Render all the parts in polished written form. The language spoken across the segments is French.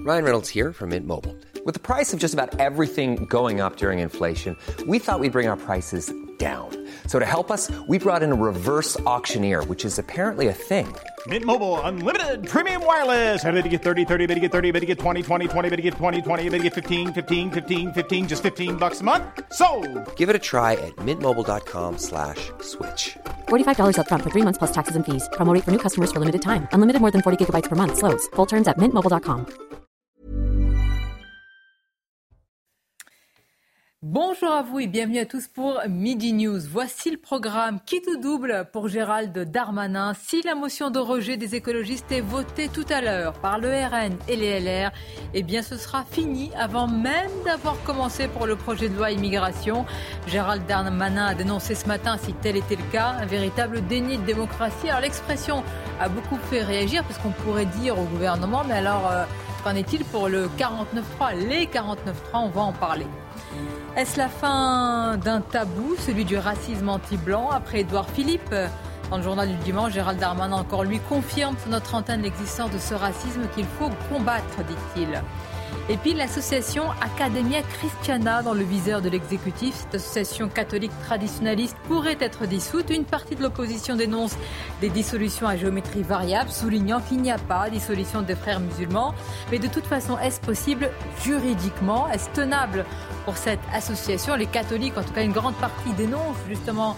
Ryan Reynolds here from Mint Mobile. With the price of just about everything going up during inflation, we thought we'd bring our prices down. So to help us, we brought in a reverse auctioneer, which is apparently a thing. Mint Mobile Unlimited Premium Wireless. How to get 30, 30, bit to get 30, bit to get 20, 20, 20, bit to get 20, 20, bit to get 15, 15, 15, 15, just $15 a month? Sold! Give it a try at mintmobile.com/switch. $45 up front for 3 months plus taxes and fees. Promo rate for new customers for limited time. Unlimited more than 40 gigabytes per month. Slows full terms at mintmobile.com. Bonjour à vous et bienvenue à tous pour Midi News. Voici le programme qui tout double pour Gérald Darmanin. Si la motion de rejet des écologistes est votée tout à l'heure par le RN et les LR, eh bien ce sera fini avant même d'avoir commencé pour le projet de loi immigration. Gérald Darmanin a dénoncé ce matin, si tel était le cas, un véritable déni de démocratie. Alors l'expression a beaucoup fait réagir parce qu'on pourrait dire au gouvernement, mais alors qu'en est-il pour le 49.3 ? Les 49.3, on va en parler. Est-ce la fin d'un tabou, celui du racisme anti-blanc, après Édouard Philippe ? Dans le journal du dimanche, Gérald Darmanin encore lui confirme sur notre antenne l'existence de ce racisme qu'il faut combattre, dit-il. Et puis l'association Academia Christiana dans le viseur de l'exécutif. Cette association catholique traditionnaliste pourrait être dissoute. Une partie de l'opposition dénonce des dissolutions à géométrie variable, soulignant qu'il n'y a pas de dissolution des frères musulmans. Mais de toute façon, est-ce possible juridiquement ? Est-ce tenable pour cette association ? Les catholiques, en tout cas une grande partie, dénoncent justement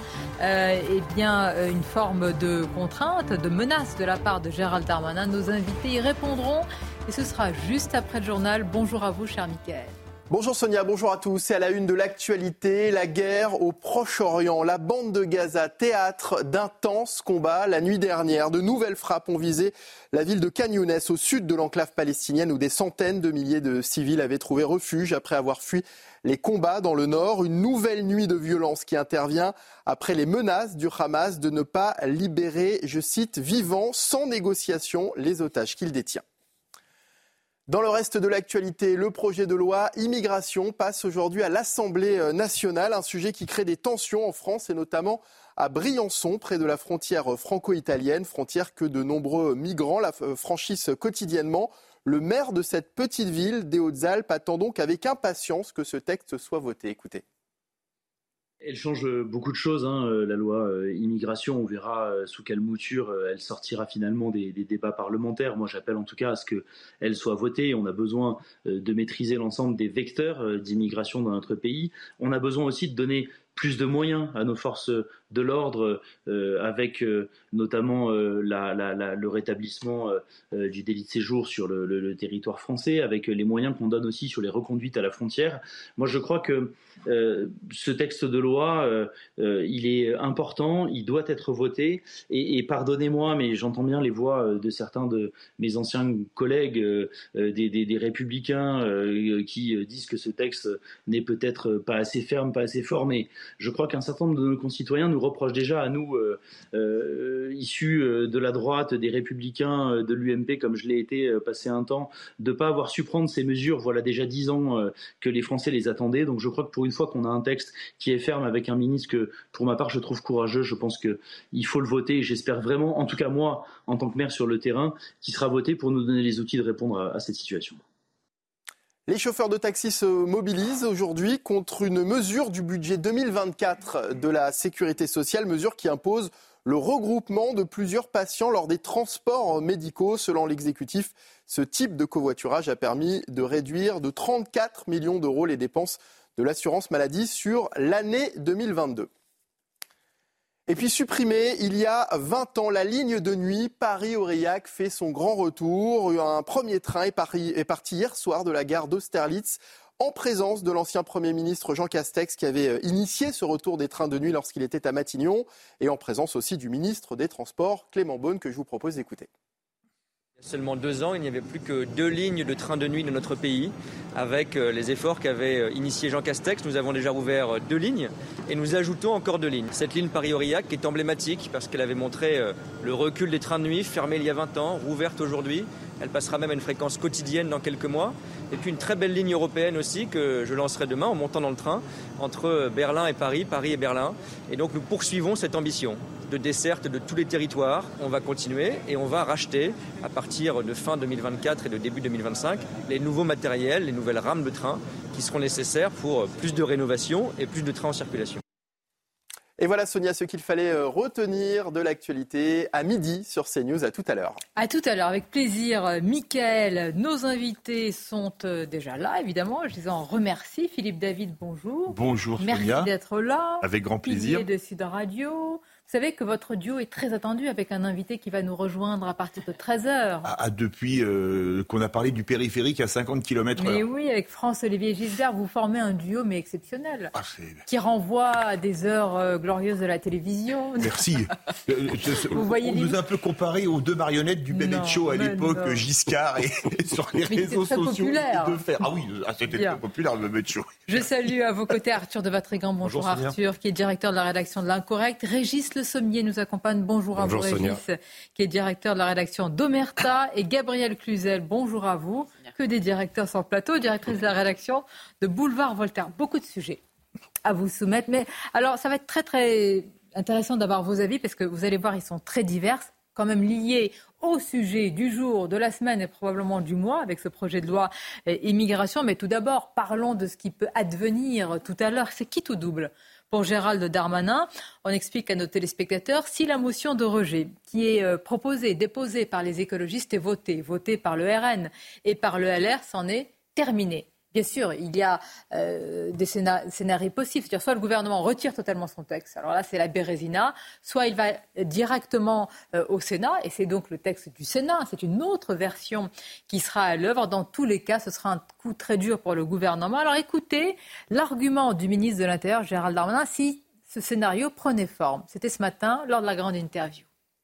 une forme de contrainte, de menace de la part de Gérald Darmanin. Nos invités y répondront. Et ce sera juste après le journal. Bonjour à vous, cher Mickaël. Bonjour Sonia, bonjour à tous. C'est à la une de l'actualité, la guerre au Proche-Orient. La bande de Gaza, théâtre d'intenses combats. La nuit dernière, de nouvelles frappes ont visé la ville de Khan Younes, au sud de l'enclave palestinienne, où des centaines de milliers de civils avaient trouvé refuge après avoir fui les combats dans le nord. Une nouvelle nuit de violence qui intervient après les menaces du Hamas de ne pas libérer, je cite, vivants, sans négociation, les otages qu'il détient. Dans le reste de l'actualité, le projet de loi immigration passe aujourd'hui à l'Assemblée nationale, un sujet qui crée des tensions en France et notamment à Briançon, près de la frontière franco-italienne, frontière que de nombreux migrants franchissent quotidiennement. Le maire de cette petite ville des Hautes-Alpes attend donc avec impatience que ce texte soit voté. Écoutez. Elle change beaucoup de choses, la loi immigration. On verra sous quelle mouture elle sortira finalement des débats parlementaires. Moi, j'appelle en tout cas à ce qu'elle soit votée. On a besoin de maîtriser l'ensemble des vecteurs d'immigration dans notre pays. On a besoin aussi de donner plus de moyens à nos forces de l'ordre, avec notamment le rétablissement du délit de séjour sur le territoire français, avec les moyens qu'on donne aussi sur les reconduites à la frontière. Moi, je crois que ce texte de loi, il est important, il doit être voté. Et pardonnez-moi, mais j'entends bien les voix de certains de mes anciens collègues, des Républicains, qui disent que ce texte n'est peut-être pas assez ferme, pas assez fort, mais je crois qu'un certain nombre de nos concitoyens nous reprochent déjà à nous, issus de la droite, des Républicains, de l'UMP, comme je l'ai été passé un temps, de ne pas avoir su prendre ces mesures. Voilà déjà 10 ans que les Français les attendaient. Donc je crois que pour une fois qu'on a un texte qui est ferme avec un ministre que, pour ma part, je trouve courageux, je pense qu'il faut le voter. Et j'espère vraiment, en tout cas moi, en tant que maire sur le terrain, qu'il sera voté pour nous donner les outils de répondre à cette situation. Les chauffeurs de taxi se mobilisent aujourd'hui contre une mesure du budget 2024 de la Sécurité sociale, mesure qui impose le regroupement de plusieurs patients lors des transports médicaux. Selon l'exécutif, ce type de covoiturage a permis de réduire de 34 millions d'euros les dépenses de l'assurance maladie sur l'année 2022. Et puis supprimée il y a 20 ans, la ligne de nuit Paris-Aurillac fait son grand retour. Un premier train est parti hier soir de la gare d'Austerlitz en présence de l'ancien Premier ministre Jean Castex qui avait initié ce retour des trains de nuit lorsqu'il était à Matignon et en présence aussi du ministre des Transports Clément Beaune que je vous propose d'écouter. Il y a seulement 2 ans, il n'y avait plus que 2 lignes de trains de nuit dans notre pays. Avec les efforts qu'avait initié Jean Castex, nous avons déjà ouvert 2 lignes et nous ajoutons encore 2 lignes. Cette ligne Paris-Aurillac est emblématique parce qu'elle avait montré le recul des trains de nuit fermés il y a 20 ans, rouverte aujourd'hui. Elle passera même à une fréquence quotidienne dans quelques mois. Et puis une très belle ligne européenne aussi que je lancerai demain en montant dans le train entre Berlin et Paris, Paris et Berlin. Et donc nous poursuivons cette ambition. de desserte de tous les territoires. On va continuer et on va racheter, à partir de fin 2024 et de début 2025, les nouveaux matériels, les nouvelles rames de train qui seront nécessaires pour plus de rénovation et plus de trains en circulation. Et voilà, Sonia, ce qu'il fallait retenir de l'actualité à midi sur CNews. À tout à l'heure. À tout à l'heure, avec plaisir. Mickaël, nos invités sont déjà là, évidemment. Je les en remercie. Philippe David, bonjour. Bonjour, Sonia. Merci d'être là. Avec grand plaisir. Pilier de Sud Radio. Vous savez que votre duo est très attendu avec un invité qui va nous rejoindre à partir de 13h. Depuis qu'on a parlé du périphérique à 50 km/h. Mais oui, avec France-Olivier Gisbert, vous formez un duo mais exceptionnel. Qui renvoie à des heures glorieuses de la télévision. Merci. Vous voyez, on nous a un peu comparé aux deux marionnettes du Bébé Show à l'époque, Giscard et sur les réseaux sociaux. Ah oui, c'était très populaire le Bébé Show. Je salue à vos côtés Arthur de Vatrigan. Bonjour Arthur, qui est directeur de la rédaction de l'Incorrect. Régis Le Sommier nous accompagne. Bonjour à vous, Régis, qui est directeur de la rédaction d'Omerta. Et Gabrielle Cluzel, bonjour à vous, que des directeurs sur le plateau, directrice de la rédaction de Boulevard Voltaire. Beaucoup de sujets à vous soumettre. Mais alors, ça va être très, très intéressant d'avoir vos avis parce que vous allez voir, ils sont très divers, quand même liés au sujet du jour, de la semaine et probablement du mois avec ce projet de loi immigration. Mais tout d'abord, parlons de ce qui peut advenir tout à l'heure. C'est qui tout double pour Gérald Darmanin? On explique à nos téléspectateurs si la motion de rejet qui est proposée, déposée par les écologistes est votée par le RN et par le LR, s'en est terminée. Bien sûr, il y a des scénarios possibles. C'est-à-dire soit le gouvernement retire totalement son texte, alors là c'est la bérésina, soit il va directement au Sénat, et c'est donc le texte du Sénat, c'est une autre version qui sera à l'œuvre. Dans tous les cas, ce sera un coup très dur pour le gouvernement. Alors écoutez l'argument du ministre de l'Intérieur, Gérald Darmanin, si ce scénario prenait forme. C'était ce matin, lors de la grande interview.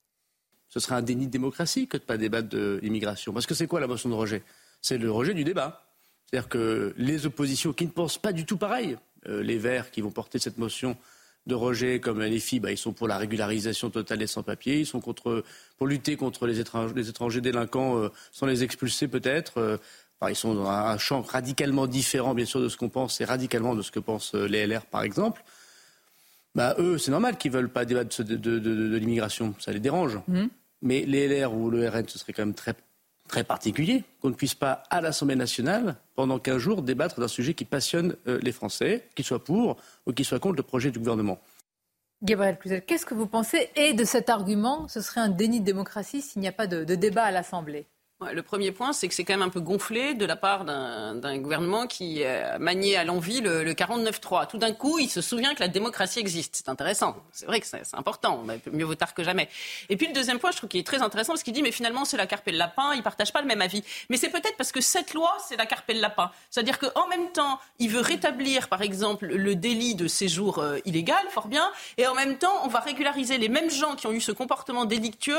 Ce serait un déni de démocratie que de ne pas débattre de l'immigration. Parce que c'est quoi la motion de rejet? C'est le rejet du débat. C'est-à-dire que les oppositions qui ne pensent pas du tout pareil, les Verts qui vont porter cette motion de rejet comme les filles, ils sont pour la régularisation totale des sans-papiers, ils sont pour lutter contre les étrangers délinquants sans les expulser peut-être. Ils sont dans un champ radicalement différent bien sûr de ce qu'on pense et radicalement de ce que pensent les LR par exemple. Eux, c'est normal qu'ils ne veulent pas débattre de l'immigration, ça les dérange. Mais les LR ou le RN, ce serait quand même très très particulier qu'on ne puisse pas, à l'Assemblée nationale, pendant 15 jours, débattre d'un sujet qui passionne les Français, qu'ils soient pour ou qu'ils soient contre le projet du gouvernement. Gabrielle Cluzel, qu'est-ce que vous pensez? Et de cet argument, ce serait un déni de démocratie s'il n'y a pas de débat à l'Assemblée. Le premier point, c'est que c'est quand même un peu gonflé de la part d'un gouvernement qui maniait à l'envi le 49-3. Tout d'un coup, il se souvient que la démocratie existe. C'est intéressant. C'est vrai que c'est important. Mieux vaut tard que jamais. Et puis le deuxième point, je trouve qu'il est très intéressant parce qu'il dit mais finalement c'est la carpe et le lapin. Il ne partage pas le même avis. Mais c'est peut-être parce que cette loi, c'est la carpe et le lapin. C'est-à-dire qu'en même temps, il veut rétablir, par exemple, le délit de séjour illégal, fort bien. Et en même temps, on va régulariser les mêmes gens qui ont eu ce comportement délictueux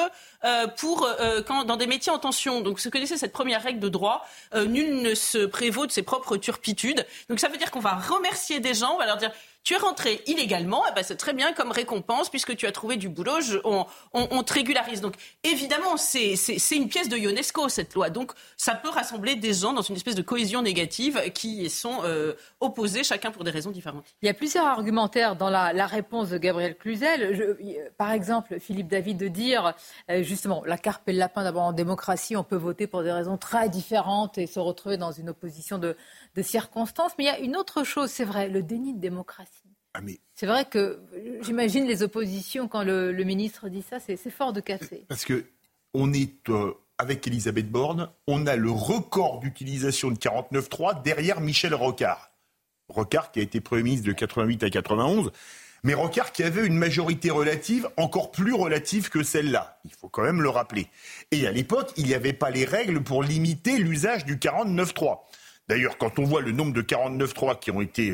dans des métiers en tension. Donc, vous connaissez cette première règle de droit, nul ne se prévaut de ses propres turpitudes. Donc ça veut dire qu'on va remercier des gens, on va leur dire tu es rentré illégalement, c'est très bien comme récompense puisque tu as trouvé du boulot, on te régularise. Donc évidemment c'est une pièce de Ionesco cette loi, donc ça peut rassembler des gens dans une espèce de cohésion négative qui sont opposés chacun pour des raisons différentes. Il y a plusieurs argumentaires dans la réponse de Gabrielle Cluzel. Par exemple, Philippe David de dire justement la carpe et le lapin, d'abord en démocratie on peut voter pour des raisons très différentes et se retrouver dans une opposition de circonstances, mais il y a une autre chose, c'est vrai, le déni de démocratie. C'est vrai que j'imagine les oppositions quand le ministre dit ça, c'est fort de café. Parce que on est avec Elisabeth Borne, on a le record d'utilisation de 49.3 derrière Michel Rocard. Rocard qui a été Premier ministre de 88 à 91, mais Rocard qui avait une majorité relative encore plus relative que celle-là. Il faut quand même le rappeler. Et à l'époque, il n'y avait pas les règles pour limiter l'usage du 49.3. D'ailleurs, quand on voit le nombre de 49.3 qui ont été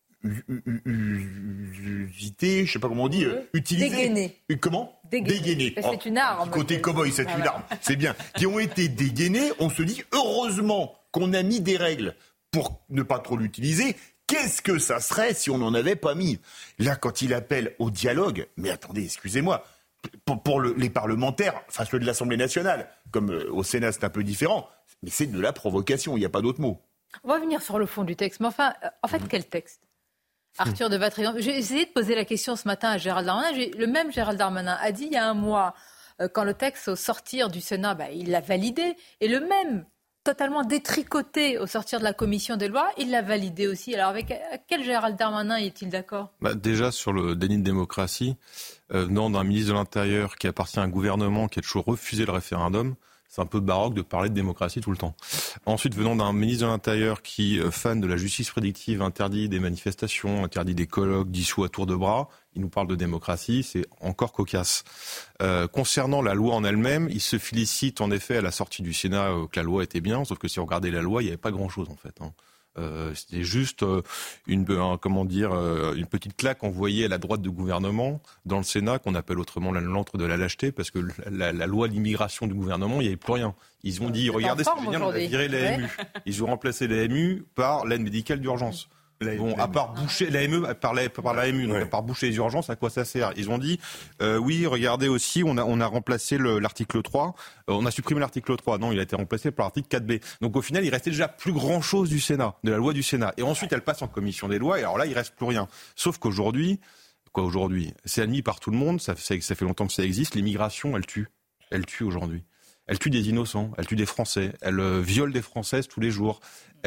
utilisés, je sais pas comment on dit, utilisés. Dégainés. Comment ? Dégainés. C'est une arme. Côté cow-boy, c'est une arme. C'est bien. Qui ont été dégainés, on se dit heureusement qu'on a mis des règles pour ne pas trop l'utiliser. Qu'est-ce que ça serait si on n'en avait pas mis ? Là, quand il appelle au dialogue, mais attendez, excusez-moi, pour les parlementaires, enfin ceux de l'Assemblée nationale, comme au Sénat c'est un peu différent, mais c'est de la provocation, il n'y a pas d'autre mot. On va venir sur le fond du texte, mais enfin, en fait, quel texte ? Arthur de Vatrigan. J'ai essayé de poser la question ce matin à Gérald Darmanin. Le même Gérald Darmanin a dit il y a un mois, quand le texte au sortir du Sénat, il l'a validé. Et le même, totalement détricoté au sortir de la commission des lois, il l'a validé aussi. Alors avec quel Gérald Darmanin est-il d'accord ? Déjà sur le déni de démocratie, venant d'un ministre de l'Intérieur qui appartient à un gouvernement qui a toujours refusé le référendum, c'est un peu baroque de parler de démocratie tout le temps. Ensuite, venant d'un ministre de l'Intérieur qui, fan de la justice prédictive, interdit des manifestations, interdit des colloques, dissout à tour de bras, il nous parle de démocratie, c'est encore cocasse. Concernant la loi en elle-même, il se félicite en effet à la sortie du Sénat que la loi était bien, sauf que si on regardait la loi, il n'y avait pas grand-chose en fait. C'était juste une petite claque envoyée à la droite du gouvernement dans le Sénat, qu'on appelle autrement l'antre de la lâcheté, parce que la loi de l'immigration du gouvernement, il n'y avait plus rien. Ils ont dit, regardez, c'est génial, on a viré l'AMU. Ils ont remplacé l'AMU par l'aide médicale d'urgence. Bon, à part boucher l'AME, par l'AMU, donc à part boucher les urgences, à quoi ça sert ? Ils ont dit, oui, regardez aussi, on a remplacé l'article 3, on a supprimé l'article 3, non, il a été remplacé par l'article 4B. Donc au final, il restait déjà plus grand chose du Sénat, de la loi du Sénat. Et ensuite, elle passe en commission des lois, et alors là, il reste plus rien. Sauf qu'aujourd'hui, c'est admis par tout le monde, ça fait longtemps que ça existe, l'immigration, elle tue aujourd'hui. Elle tue des innocents, elle tue des Français, elle viole des Françaises tous les jours.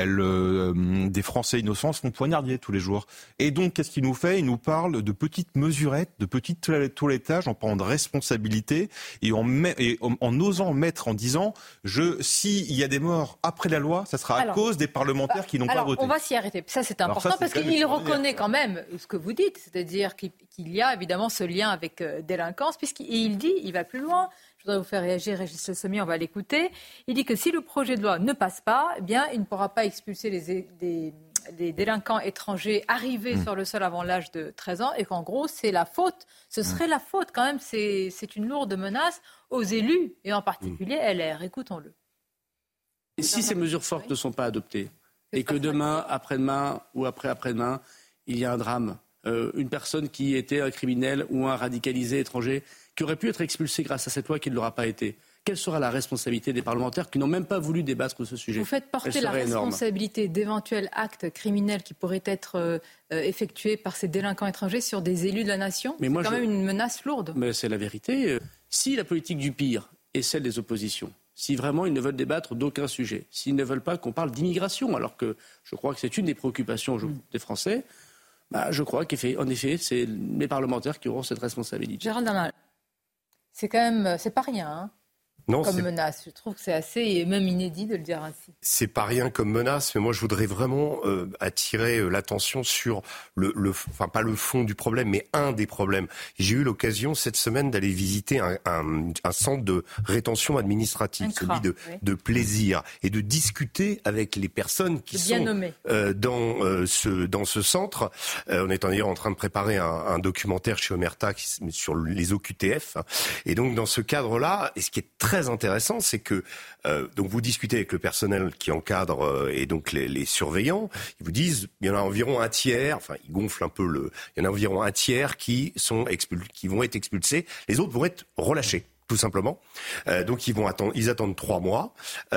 Des Français innocents se font poignarder tous les jours. Et donc, qu'est-ce qu'il nous fait ? Il nous parle de petites mesurettes, de petits toilettages, en parlant de responsabilité, et en osant mettre, en disant, s'il y a des morts après la loi, ça sera à cause des parlementaires qui n'ont pas voté. On va s'y arrêter. Ça, c'est important, parce qu'il reconnaît quand même ce que vous dites, c'est-à-dire qu'il y a évidemment ce lien avec délinquance, puisqu'il dit, il va plus loin. Je voudrais vous faire réagir, Régis Le Sommier, on va l'écouter. Il dit que si le projet de loi ne passe pas, eh bien, il ne pourra pas expulser les délinquants étrangers arrivés sur le sol avant l'âge de 13 ans, et qu'en gros, c'est la faute. Ce serait la faute quand même. C'est une lourde menace aux élus, et en particulier LR. Écoutons-le. Et si ces mesures fortes ne sont pas adoptées, et que demain, après-demain ou après-demain, il y a un drame, une personne qui était un criminel ou un radicalisé étranger qui aurait pu être expulsé grâce à cette loi qui ne l'aura pas été. Quelle sera la responsabilité des parlementaires qui n'ont même pas voulu débattre de ce sujet ? Vous faites porter la responsabilité d'éventuels actes criminels qui pourraient être effectués par ces délinquants étrangers sur des élus de la nation ? C'est quand même une menace lourde. Mais c'est la vérité. Si la politique du pire est celle des oppositions, si vraiment ils ne veulent débattre d'aucun sujet, s'ils ne veulent pas qu'on parle d'immigration, alors que je crois que c'est une des préoccupations des Français, je crois qu'en effet, c'est les parlementaires qui auront cette responsabilité. Gérald Darmanin, c'est quand même, c'est pas rien, hein, comme menace. Je trouve que c'est assez, même inédit de le dire ainsi. C'est pas rien comme menace, mais moi je voudrais vraiment attirer l'attention sur pas le fond du problème, mais un des problèmes. J'ai eu l'occasion cette semaine d'aller visiter un centre de rétention administrative, celui de plaisir, et de discuter avec les personnes qui sont dans ce centre. On est d'ailleurs en train de préparer un documentaire chez Omerta sur les OQTF, et donc dans ce cadre-là, et ce qui est très intéressant, c'est que donc vous discutez avec le personnel qui encadre et donc les surveillants, ils vous disent il y en a environ un tiers, enfin ils gonflent un peu il y en a environ un tiers qui vont être expulsés, les autres vont être relâchés. Tout simplement. Donc ils attendent 3 mois.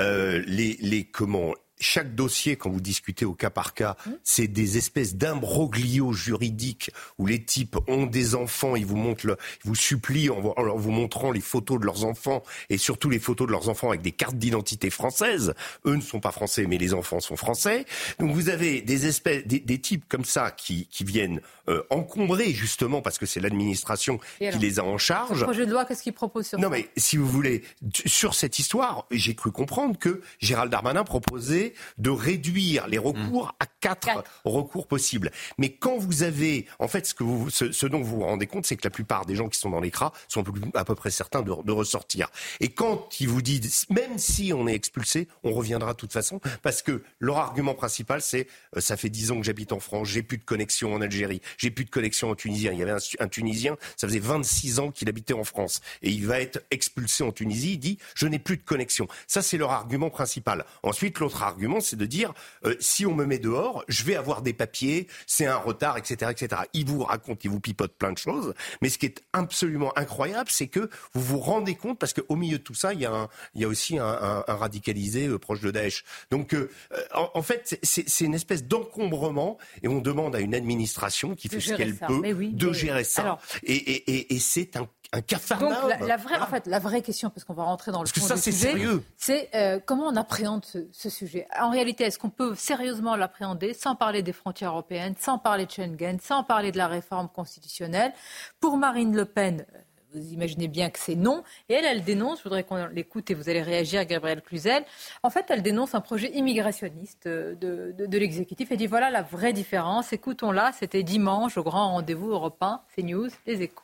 Chaque dossier, quand vous discutez au cas par cas, c'est des espèces d'imbroglios juridiques où les types ont des enfants, ils vous supplient en vous montrant les photos de leurs enfants et surtout les photos de leurs enfants avec des cartes d'identité françaises. Eux ne sont pas français, mais les enfants sont français. Donc vous avez des types comme ça qui viennent encombrer justement parce que c'est l'administration qui les a en charge. Le projet de loi, qu'est-ce qu'il propose sur ça ? Non mais si vous voulez, sur cette histoire, j'ai cru comprendre que Gérald Darmanin proposait de réduire les recours à 4 recours possibles. Mais quand vous avez, en fait, ce dont vous vous rendez compte, c'est que la plupart des gens qui sont dans les CRA sont à peu près certains de ressortir. Et quand ils vous disent, même si on est expulsé, on reviendra de toute façon, parce que leur argument principal, c'est ça fait 10 ans que j'habite en France, j'ai plus de connexion en Algérie, j'ai plus de connexion en Tunisie. Il y avait un Tunisien, ça faisait 26 ans qu'il habitait en France, et il va être expulsé en Tunisie. Il dit, je n'ai plus de connexion. Ça, c'est leur argument principal. Ensuite, l'autre argument, argument, c'est de dire si on me met dehors, je vais avoir des papiers, c'est un retard, etc., etc. Il vous raconte, il vous pipote plein de choses, mais ce qui est absolument incroyable, c'est que vous vous rendez compte, parce qu'au milieu de tout ça, il y a aussi un radicalisé proche de Daesh. Donc, en fait, c'est une espèce d'encombrement, et on demande à une administration qui fait ce qu'elle peut de gérer ça. Alors, et c'est un cafarnaum. Donc la vraie question, parce qu'on va rentrer dans le fond du sujet, c'est comment on appréhende ce sujet. En réalité, est-ce qu'on peut sérieusement l'appréhender sans parler des frontières européennes, sans parler de Schengen, sans parler de la réforme constitutionnelle? Pour Marine Le Pen, vous imaginez bien que c'est non. Et elle dénonce, je voudrais qu'on l'écoute et vous allez réagir, Gabriel Cluzel. En fait, elle dénonce un projet immigrationniste de l'exécutif. Elle dit voilà la vraie différence. Écoutons-la, c'était dimanche au grand rendez-vous européen, CNews, Les Échos.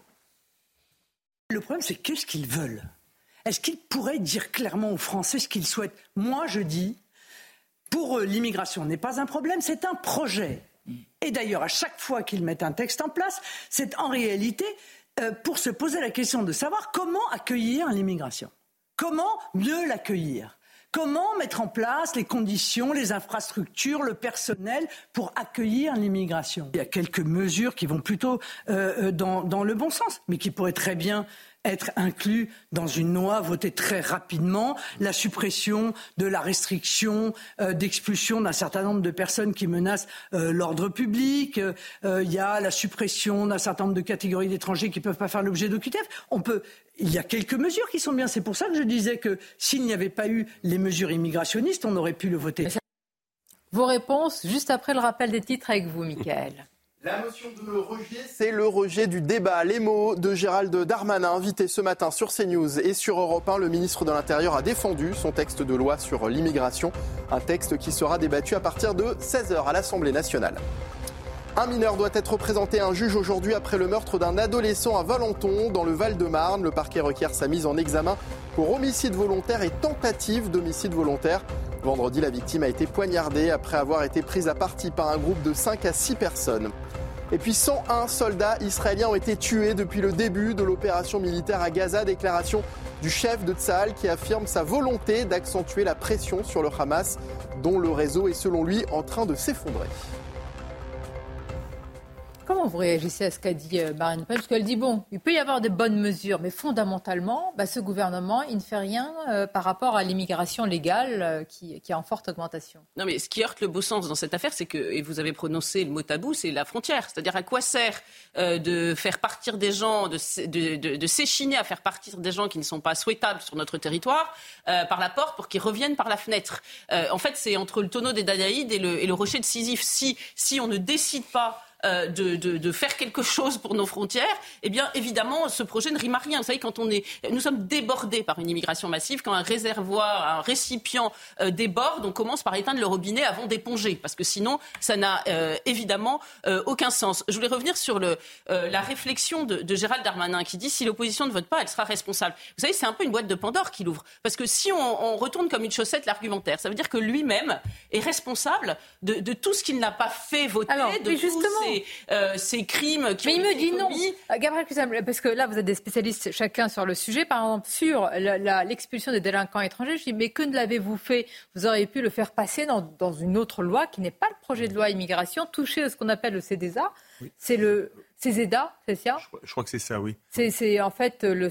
Le problème, c'est qu'est-ce qu'ils veulent ? Est-ce qu'ils pourraient dire clairement aux Français ce qu'ils souhaitent ? Moi, je dis, pour eux, l'immigration n'est pas un problème, c'est un projet. Et d'ailleurs, à chaque fois qu'ils mettent un texte en place, c'est en réalité pour se poser la question de savoir comment accueillir l'immigration. Comment mieux l'accueillir ? Comment mettre en place les conditions, les infrastructures, le personnel pour accueillir l'immigration ? Il y a quelques mesures qui vont plutôt dans le bon sens, mais qui pourraient très bien être inclus dans une loi votée très rapidement, la suppression de la restriction d'expulsion d'un certain nombre de personnes qui menacent l'ordre public, il y a la suppression d'un certain nombre de catégories d'étrangers qui ne peuvent pas faire l'objet d'OQTF. Il y a quelques mesures qui sont bien, c'est pour ça que je disais que s'il n'y avait pas eu les mesures immigrationnistes, on aurait pu le voter. Vos réponses, juste après le rappel des titres avec vous, Mickaël. La motion de rejet, c'est le rejet du débat. Les mots de Gérald Darmanin, invité ce matin sur CNews et sur Europe 1. Le ministre de l'Intérieur a défendu son texte de loi sur l'immigration, un texte qui sera débattu à partir de 16h à l'Assemblée nationale. Un mineur doit être présenté à un juge aujourd'hui après le meurtre d'un adolescent à Valenton, dans le Val-de-Marne. Le parquet requiert sa mise en examen pour homicide volontaire et tentative d'homicide volontaire. Vendredi, la victime a été poignardée après avoir été prise à partie par un groupe de 5 à 6 personnes. Et puis 101 soldats israéliens ont été tués depuis le début de l'opération militaire à Gaza. Déclaration du chef de Tsahal qui affirme sa volonté d'accentuer la pression sur le Hamas, dont le réseau est selon lui en train de s'effondrer. Comment vous réagissez à ce qu'a dit Marine Le Pen ? Parce qu'elle dit, bon, il peut y avoir des bonnes mesures, mais fondamentalement, ce gouvernement, il ne fait rien par rapport à l'immigration légale qui est en forte augmentation. Non, mais ce qui heurte le beau sens dans cette affaire, c'est que, et vous avez prononcé le mot tabou, c'est la frontière. C'est-à-dire à quoi sert de faire partir des gens, de s'échiner à faire partir des gens qui ne sont pas souhaitables sur notre territoire par la porte pour qu'ils reviennent par la fenêtre. En fait, c'est entre le tonneau des Danaïdes et le rocher de Sisyphe. Si on ne décide pas de faire quelque chose pour nos frontières, eh bien évidemment ce projet ne rime à rien. Vous savez, nous sommes débordés par une immigration massive. Quand un réservoir, un récipient déborde, on commence par éteindre le robinet avant d'éponger, parce que sinon ça n'a évidemment aucun sens. Je voulais revenir sur la réflexion de Gérald Darmanin qui dit si l'opposition ne vote pas, elle sera responsable. Vous savez, c'est un peu une boîte de Pandore qu'il ouvre, parce que si on retourne comme une chaussette l'argumentaire, ça veut dire que lui-même est responsable de tout ce qu'il n'a pas fait voter, de tous ces crimes qui ont été commis. Mais il me dit non. Gabriel Cluzel, parce que là, vous êtes des spécialistes chacun sur le sujet. Par exemple, sur l'expulsion des délinquants étrangers, je dis, mais que ne l'avez-vous fait ? Vous auriez pu le faire passer dans une autre loi qui n'est pas le projet de loi immigration, toucher à ce qu'on appelle le CEDESA. Oui. C'est le CESEDA, c'est ça ? Je crois que c'est ça, oui. C'est en fait le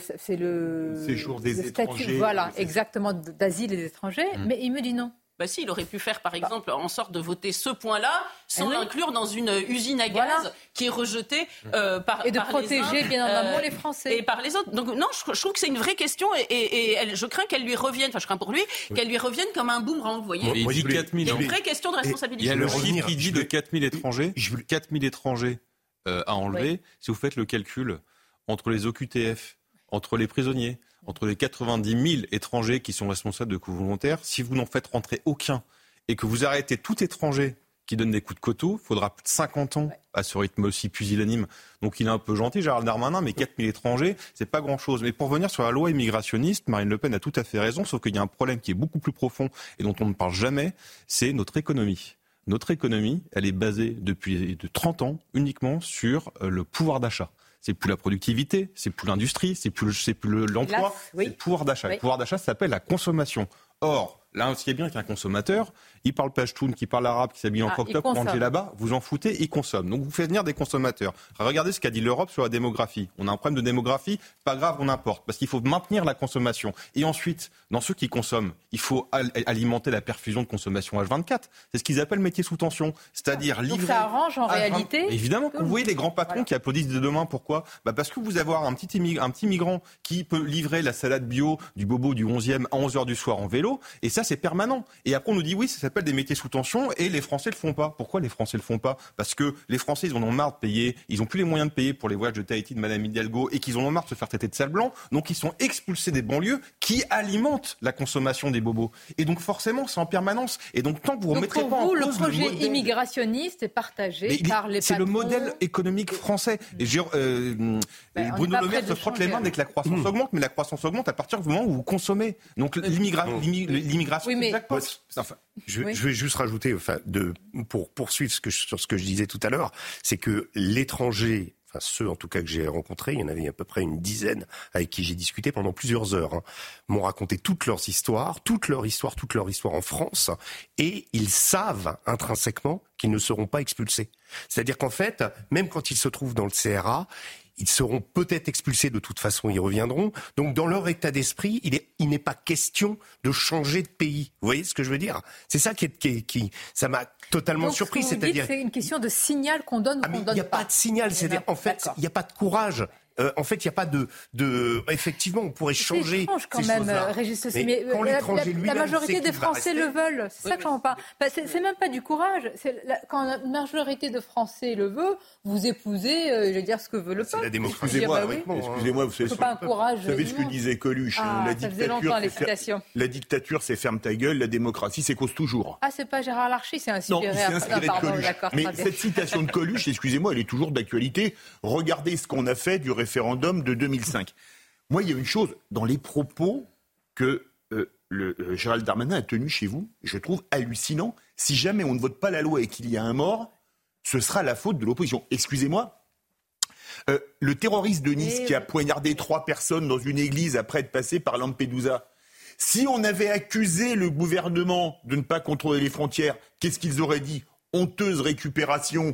séjour des étrangers. Statut, voilà, exactement, d'asile des étrangers. Mais il me dit non. Si, il aurait pu faire, par exemple, en sorte de voter ce point-là sans l'inclure dans une usine à gaz qui est rejetée par et de par protéger les uns, bien en amont les Français. Et par les autres. Donc non, je trouve que c'est une vraie question et je crains qu'elle lui revienne, je crains pour lui, qu'elle lui revienne comme un boomerang, vous voyez. Il dit 4 000. Il y a une vraie question de responsabilité. Il y a le chiffre qui dit de 4 000 étrangers. 4 000 étrangers à enlever. Oui. Si vous faites le calcul entre les OQTF, entre les prisonniers, entre les 90 000 étrangers qui sont responsables de coups volontaires, si vous n'en faites rentrer aucun et que vous arrêtez tout étranger qui donne des coups de couteau, il faudra plus de 50 ans à ce rythme aussi pusillanime. Donc il est un peu gentil, Gérald Darmanin, mais 4 000 étrangers, c'est pas grand-chose. Mais pour revenir sur la loi immigrationniste, Marine Le Pen a tout à fait raison, sauf qu'il y a un problème qui est beaucoup plus profond et dont on ne parle jamais, c'est notre économie. Notre économie, elle est basée depuis 30 ans uniquement sur le pouvoir d'achat. C'est plus la productivité, c'est plus l'industrie, c'est plus l'emploi, c'est le pouvoir d'achat. Oui. Le pouvoir d'achat, ça s'appelle la consommation. Or, Là, ce qui est bien qu'un consommateur, il parle pachtoun, qui parle arabe, qui s'habille en crop-top, manger là-bas, vous en foutez, il consomme. Donc vous faites venir des consommateurs. Regardez ce qu'a dit l'Europe sur la démographie. On a un problème de démographie, pas grave, on importe, parce qu'il faut maintenir la consommation. Et ensuite, dans ceux qui consomment, il faut alimenter la perfusion de consommation H24. C'est ce qu'ils appellent métier sous tension, c'est-à-dire livrer. Donc ça arrange en réalité. Évidemment, vous voyez les grands patrons qui applaudissent de demain. Pourquoi ? Parce que vous avez un petit migrant qui peut livrer la salade bio du bobo du 11e à 11h du soir en vélo, et ça c'est permanent. Et après on nous dit oui, ça s'appelle des métiers sous tension et les Français le font pas. Pourquoi les Français le font pas ? Parce que les Français ils en ont marre de payer, ils ont plus les moyens de payer pour les voyages de Tahiti de Madame Hidalgo et qu'ils en ont marre de se faire traiter de sale blanc, donc ils sont expulsés des banlieues qui alimentent la consommation des bobos. Et donc forcément c'est en permanence. Et donc tant que vous remettrez pas en cause le projet immigration-iste est partagé par les patrons. C'est le modèle économique français. Et Bruno Le Maire se frotte les mains dès que la croissance augmente, mais la croissance augmente à partir du moment où vous consommez. Donc l'immigration, je vais juste rajouter, pour poursuivre sur ce que je disais tout à l'heure, c'est que l'étranger, ceux en tout cas que j'ai rencontrés, il y en avait à peu près une dizaine avec qui j'ai discuté pendant plusieurs heures, m'ont raconté toute leur histoire en France, et ils savent intrinsèquement qu'ils ne seront pas expulsés. C'est-à-dire qu'en fait, même quand ils se trouvent dans le CRA, ils seront peut-être expulsés de toute façon, ils reviendront. Donc dans leur état d'esprit, il n'est pas question de changer de pays. Vous voyez ce que je veux dire ? C'est ça qui ça m'a totalement surpris. C'est-à-dire, c'est une question de signal qu'on donne ou qu'on donne pas. Il n'y a pas de signal. C'est-à-dire, en fait, il n'y a pas de courage. En fait, il n'y a pas de... Effectivement, on pourrait changer. C'est étrange quand même, Régis Sommier. Mais la majorité des Français le veulent. C'est ça que j'en parle. C'est même pas du courage. Quand la majorité de Français le veut, vous épousez, je veux dire, ce que veut le peuple. C'est la démocratie. Excusez-moi, vous savez, pas un courage. Vous savez ce que disait Coluche. La dictature, c'est ferme ta gueule. La démocratie, c'est cause toujours. Ah, c'est pas Gérard Larcher, c'est inspiré. Non, c'est inspiré de Coluche. Mais cette citation de Coluche, excusez-moi, elle est toujours d'actualité. Regardez ce qu'on a fait du référendum de 2005. Moi, il y a une chose dans les propos que Gérald Darmanin a tenus chez vous, je trouve hallucinant. Si jamais on ne vote pas la loi et qu'il y a un mort, ce sera la faute de l'opposition. Excusez-moi, le terroriste de Nice qui a poignardé 3 personnes dans une église après être passé par Lampedusa, si on avait accusé le gouvernement de ne pas contrôler les frontières, qu'est-ce qu'ils auraient dit ? Honteuse récupération,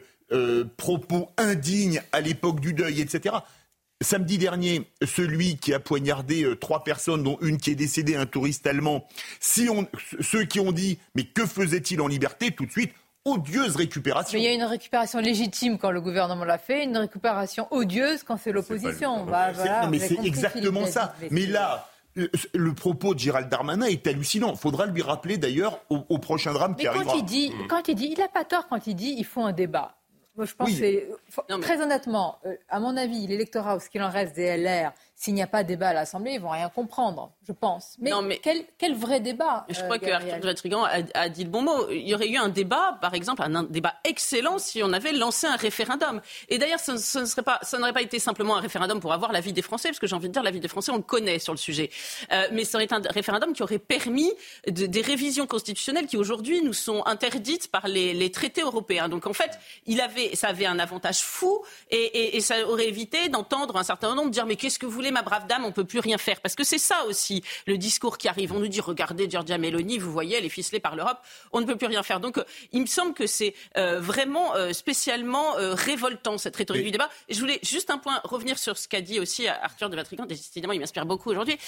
propos indignes à l'époque du deuil, etc. Samedi dernier, celui qui a poignardé 3 personnes, dont une qui est décédée, un touriste allemand, ceux qui ont dit « mais que faisait-il en liberté ?» tout de suite, odieuse récupération. Mais il y a une récupération légitime quand le gouvernement l'a fait, une récupération odieuse quand c'est l'opposition. Non, mais c'est exactement ça. Mais là... Le propos de Gérald Darmanin est hallucinant. Il faudra lui rappeler d'ailleurs au prochain drame qui arrivera. Quand il dit, il n'a pas tort quand il dit il faut un débat. Moi, je pense très honnêtement, à mon avis, l'électorat ou ce qu'il en reste des LR, s'il n'y a pas de débat à l'Assemblée, ils ne vont rien comprendre, je pense. Mais quel vrai débat Je crois que Arthur de Vatrigan a dit le bon mot. Il y aurait eu un débat, par exemple, un débat excellent si on avait lancé un référendum. Et d'ailleurs, ça n'aurait pas été simplement un référendum pour avoir l'avis des Français, parce que j'ai envie de dire, l'avis des Français, on le connaît sur le sujet. Mais ça aurait été un référendum qui aurait permis des révisions constitutionnelles qui, aujourd'hui, nous sont interdites par les traités européens. Donc, en fait, ça avait un avantage fou et ça aurait évité d'entendre un certain nombre dire « mais qu'est-ce que vous voulez, ma brave dame, on ne peut plus rien faire ». Parce que c'est ça aussi, le discours qui arrive. On nous dit « regardez Giorgia Meloni, vous voyez, elle est ficelée par l'Europe, on ne peut plus rien faire ». Donc, il me semble que c'est vraiment spécialement révoltant, cette rhétorique du débat. Et je voulais juste un point revenir sur ce qu'a dit aussi Arthur de Vatrigan. Décidément, il m'inspire beaucoup aujourd'hui.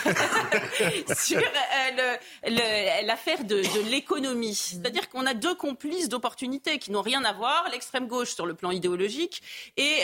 Sur l'affaire de l'économie. C'est-à-dire qu'on a 2 complices d'opportunités qui n'ont rien à voir. L'extrême gauche sur le plan idéologique et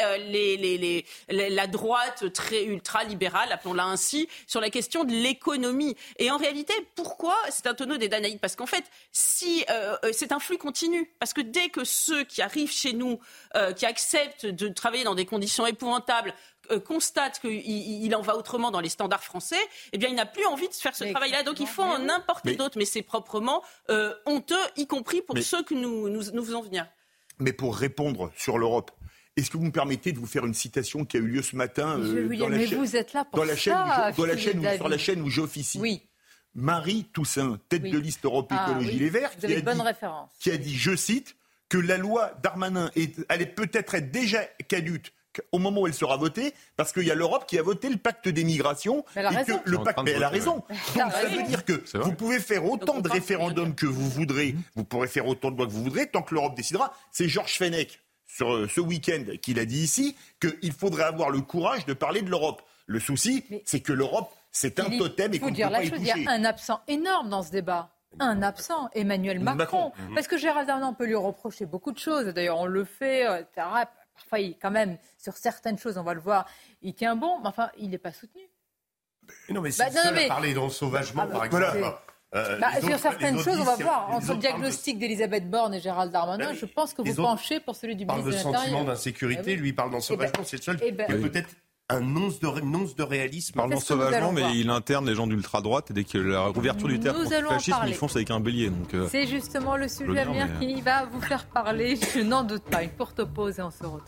la droite très ultra-libérale, appelons-la ainsi, sur la question de l'économie. Et en réalité, pourquoi c'est un tonneau des Danaïdes ? Parce qu'en fait, si c'est un flux continu. Parce que dès que ceux qui arrivent chez nous, qui acceptent de travailler dans des conditions épouvantables, constate qu'il en va autrement dans les standards français, eh bien, il n'a plus envie de faire ce travail-là. Donc, il faut en importer d'autres. Mais c'est proprement honteux, y compris pour ceux que nous faisons venir. Mais pour répondre sur l'Europe, est-ce que vous me permettez de vous faire une citation qui a eu lieu ce matin vous êtes là pour sur la chaîne où j'officie. Oui. Marie Toussaint, tête de liste Europe Écologie Les Verts, qui a dit, je cite, que la loi Darmanin allait peut-être être déjà caduque au moment où elle sera votée, parce qu'il y a l'Europe qui a voté le pacte des migrations. Elle a raison. Elle a raison. Donc ça veut dire que vous pouvez faire autant de référendums que vous voudrez, vous pourrez faire autant de lois que vous voudrez, tant que l'Europe décidera. C'est Georges Fenech, sur ce week-end, qu'il a dit ici, qu'il faudrait avoir le courage de parler de l'Europe. Le souci, c'est que l'Europe, c'est un totem et qu'on ne peut pas y toucher. Il y a un absent énorme dans ce débat. Un absent, Emmanuel Macron. Parce que Gérald Darmanin, on peut lui reprocher beaucoup de choses. D'ailleurs, on le fait. Parfois, quand même, sur certaines choses, on va le voir, il tient bon. Mais enfin, il n'est pas soutenu. Non, mais c'est ça, parler d'ensauvagement, par exemple. Sur certaines choses, on va voir. Entre le diagnostic d'Elisabeth Borne et Gérald Darmanin, je pense que vous penchez pour celui du ministre de l'Intérieur. Il parle de sentiment d'insécurité, lui parle d'ensauvagement. C'est le seul qui a peut-être un once de réalisme. Il parle d'ensauvagement, mais il interne les gens d'ultra-droite et dès que la ouverture du théâtre contre le fascisme, ils foncent avec un bélier. C'est justement le sujet à venir qui va vous faire parler. Je n'en doute pas. Une courte pause et on se retrouve.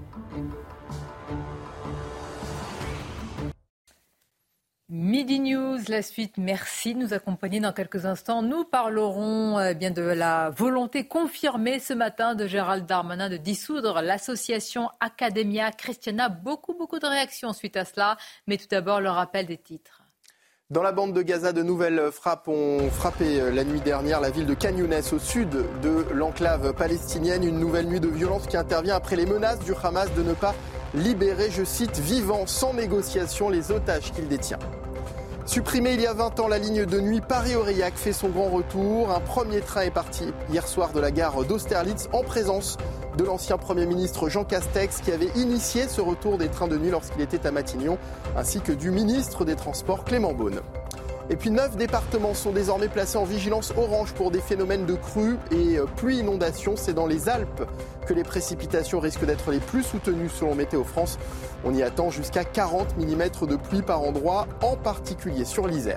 Midi News, la suite. Merci de nous accompagner dans quelques instants. Nous parlerons bien de la volonté confirmée ce matin de Gérald Darmanin de dissoudre l'association Academia Christiana. Beaucoup de réactions suite à cela. Mais tout d'abord, le rappel des titres. Dans la bande de Gaza, de nouvelles frappes ont frappé la nuit dernière la ville de Khan Younes, au sud de l'enclave palestinienne. Une nouvelle nuit de violence qui intervient après les menaces du Hamas de ne pas libérer, je cite, vivants, sans négociation, les otages qu'il détient. Supprimée il y a 20 ans, la ligne de nuit Paris-Aurillac fait son grand retour. Un premier train est parti hier soir de la gare d'Austerlitz en présence de l'ancien Premier ministre Jean Castex qui avait initié ce retour des trains de nuit lorsqu'il était à Matignon, ainsi que du ministre des Transports Clément Beaune. Et puis 9 départements sont désormais placés en vigilance orange pour des phénomènes de crues et pluies-inondations. C'est dans les Alpes que les précipitations risquent d'être les plus soutenues selon Météo France. On y attend jusqu'à 40 mm de pluie par endroit, en particulier sur l'Isère.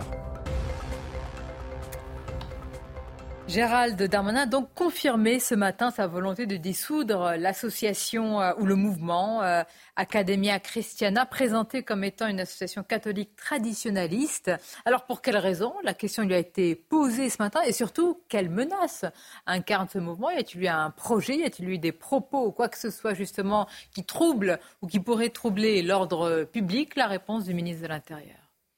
Gérald Darmanin a donc confirmé ce matin sa volonté de dissoudre l'association ou le mouvement Academia Christiana, présenté comme étant une association catholique traditionnaliste. Alors pour quelles raisons ? La question lui a été posée ce matin et surtout, quelle menace incarne ce mouvement ? Y a-t-il eu un projet ? Y a-t-il eu des propos ou quoi que ce soit justement qui trouble ou qui pourrait troubler l'ordre public ? La réponse du ministre de l'Intérieur.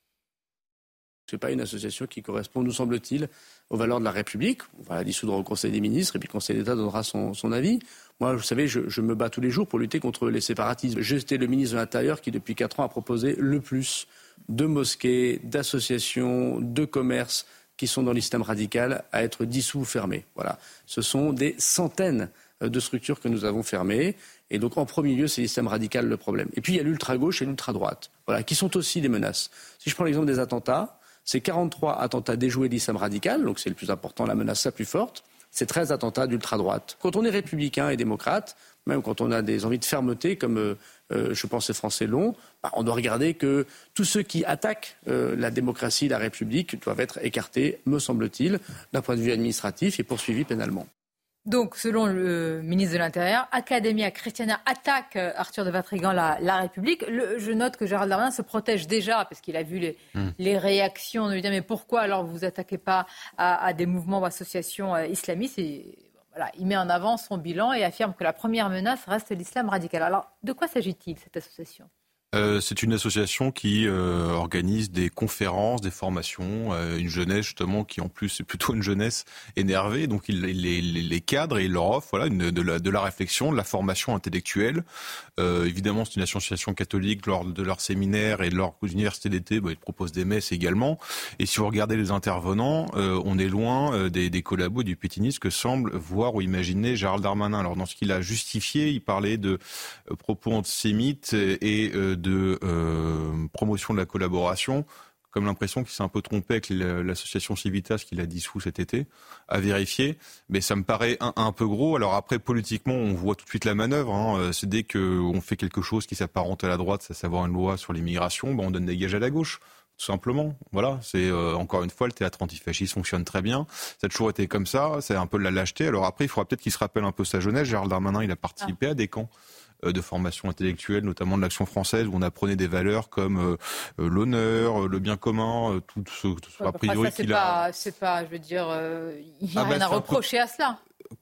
Ce n'est pas une association qui correspond, nous semble-t-il, aux valeurs de la République. On va la dissoudre au Conseil des ministres et puis le Conseil d'État donnera son avis. Moi, vous savez, je me bats tous les jours pour lutter contre les séparatismes. J'étais le ministre de l'Intérieur qui, depuis 4 ans, a proposé le plus de mosquées, d'associations, de commerces qui sont dans l'islam radical à être dissous ou fermés. Voilà. Ce sont des centaines de structures que nous avons fermées. Et donc, en premier lieu, c'est l'islam radical le problème. Et puis, il y a l'ultra-gauche et l'ultra-droite, voilà, qui sont aussi des menaces. Si je prends l'exemple des attentats, c'est 43 attentats déjoués d'islam radical, donc c'est le plus important, la menace la plus forte. C'est 13 attentats d'ultra-droite. Quand on est républicain et démocrate, même quand on a des envies de fermeté, comme je pense les Français l'ont, on doit regarder que tous ceux qui attaquent la démocratie, la République, doivent être écartés, me semble-t-il, d'un point de vue administratif et poursuivis pénalement. Donc, selon le ministre de l'Intérieur, Academia Christiana attaque Arthur de Vatrigan, la République. Je note que Gérald Darmanin se protège déjà parce qu'il a vu les réactions. On lui dit mais pourquoi alors vous attaquez pas à des mouvements ou associations islamistes et, voilà, il met en avant son bilan et affirme que la première menace reste l'islam radical. Alors, de quoi s'agit-il, cette association ? C'est une association qui organise des conférences, des formations, une jeunesse justement qui en plus est plutôt une jeunesse énervée, donc il les cadre et il leur offre voilà de la réflexion, de la formation intellectuelle. Évidemment, c'est une association catholique lors de leurs séminaires et de leur université d'été, ils proposent des messes également. Et si vous regardez les intervenants, on est loin des collabos du pétinisme que semble voir ou imaginer Gérald Darmanin. Alors dans ce qu'il a justifié, il parlait de propos antisémites et de promotion de la collaboration, comme l'impression qu'il s'est un peu trompé avec l'association Civitas qu'il a dissous cet été, à vérifier. Mais ça me paraît un peu gros. Alors après, politiquement, on voit tout de suite la manœuvre. C'est dès qu'on fait quelque chose qui s'apparente à la droite, à savoir une loi sur l'immigration, on donne des gages à la gauche. Tout simplement. Voilà, c'est encore une fois, le théâtre antifasciste fonctionne très bien. Ça a toujours été comme ça, c'est un peu de la lâcheté. Alors après, il faudra peut-être qu'il se rappelle un peu sa jeunesse. Gérald Darmanin, il a participé à des camps de formation intellectuelle, notamment de l'Action française, où on apprenait des valeurs comme l'honneur, le bien commun, tout ce a priori ça, c'est pas, je veux dire, il n'y a rien à reprocher à cela.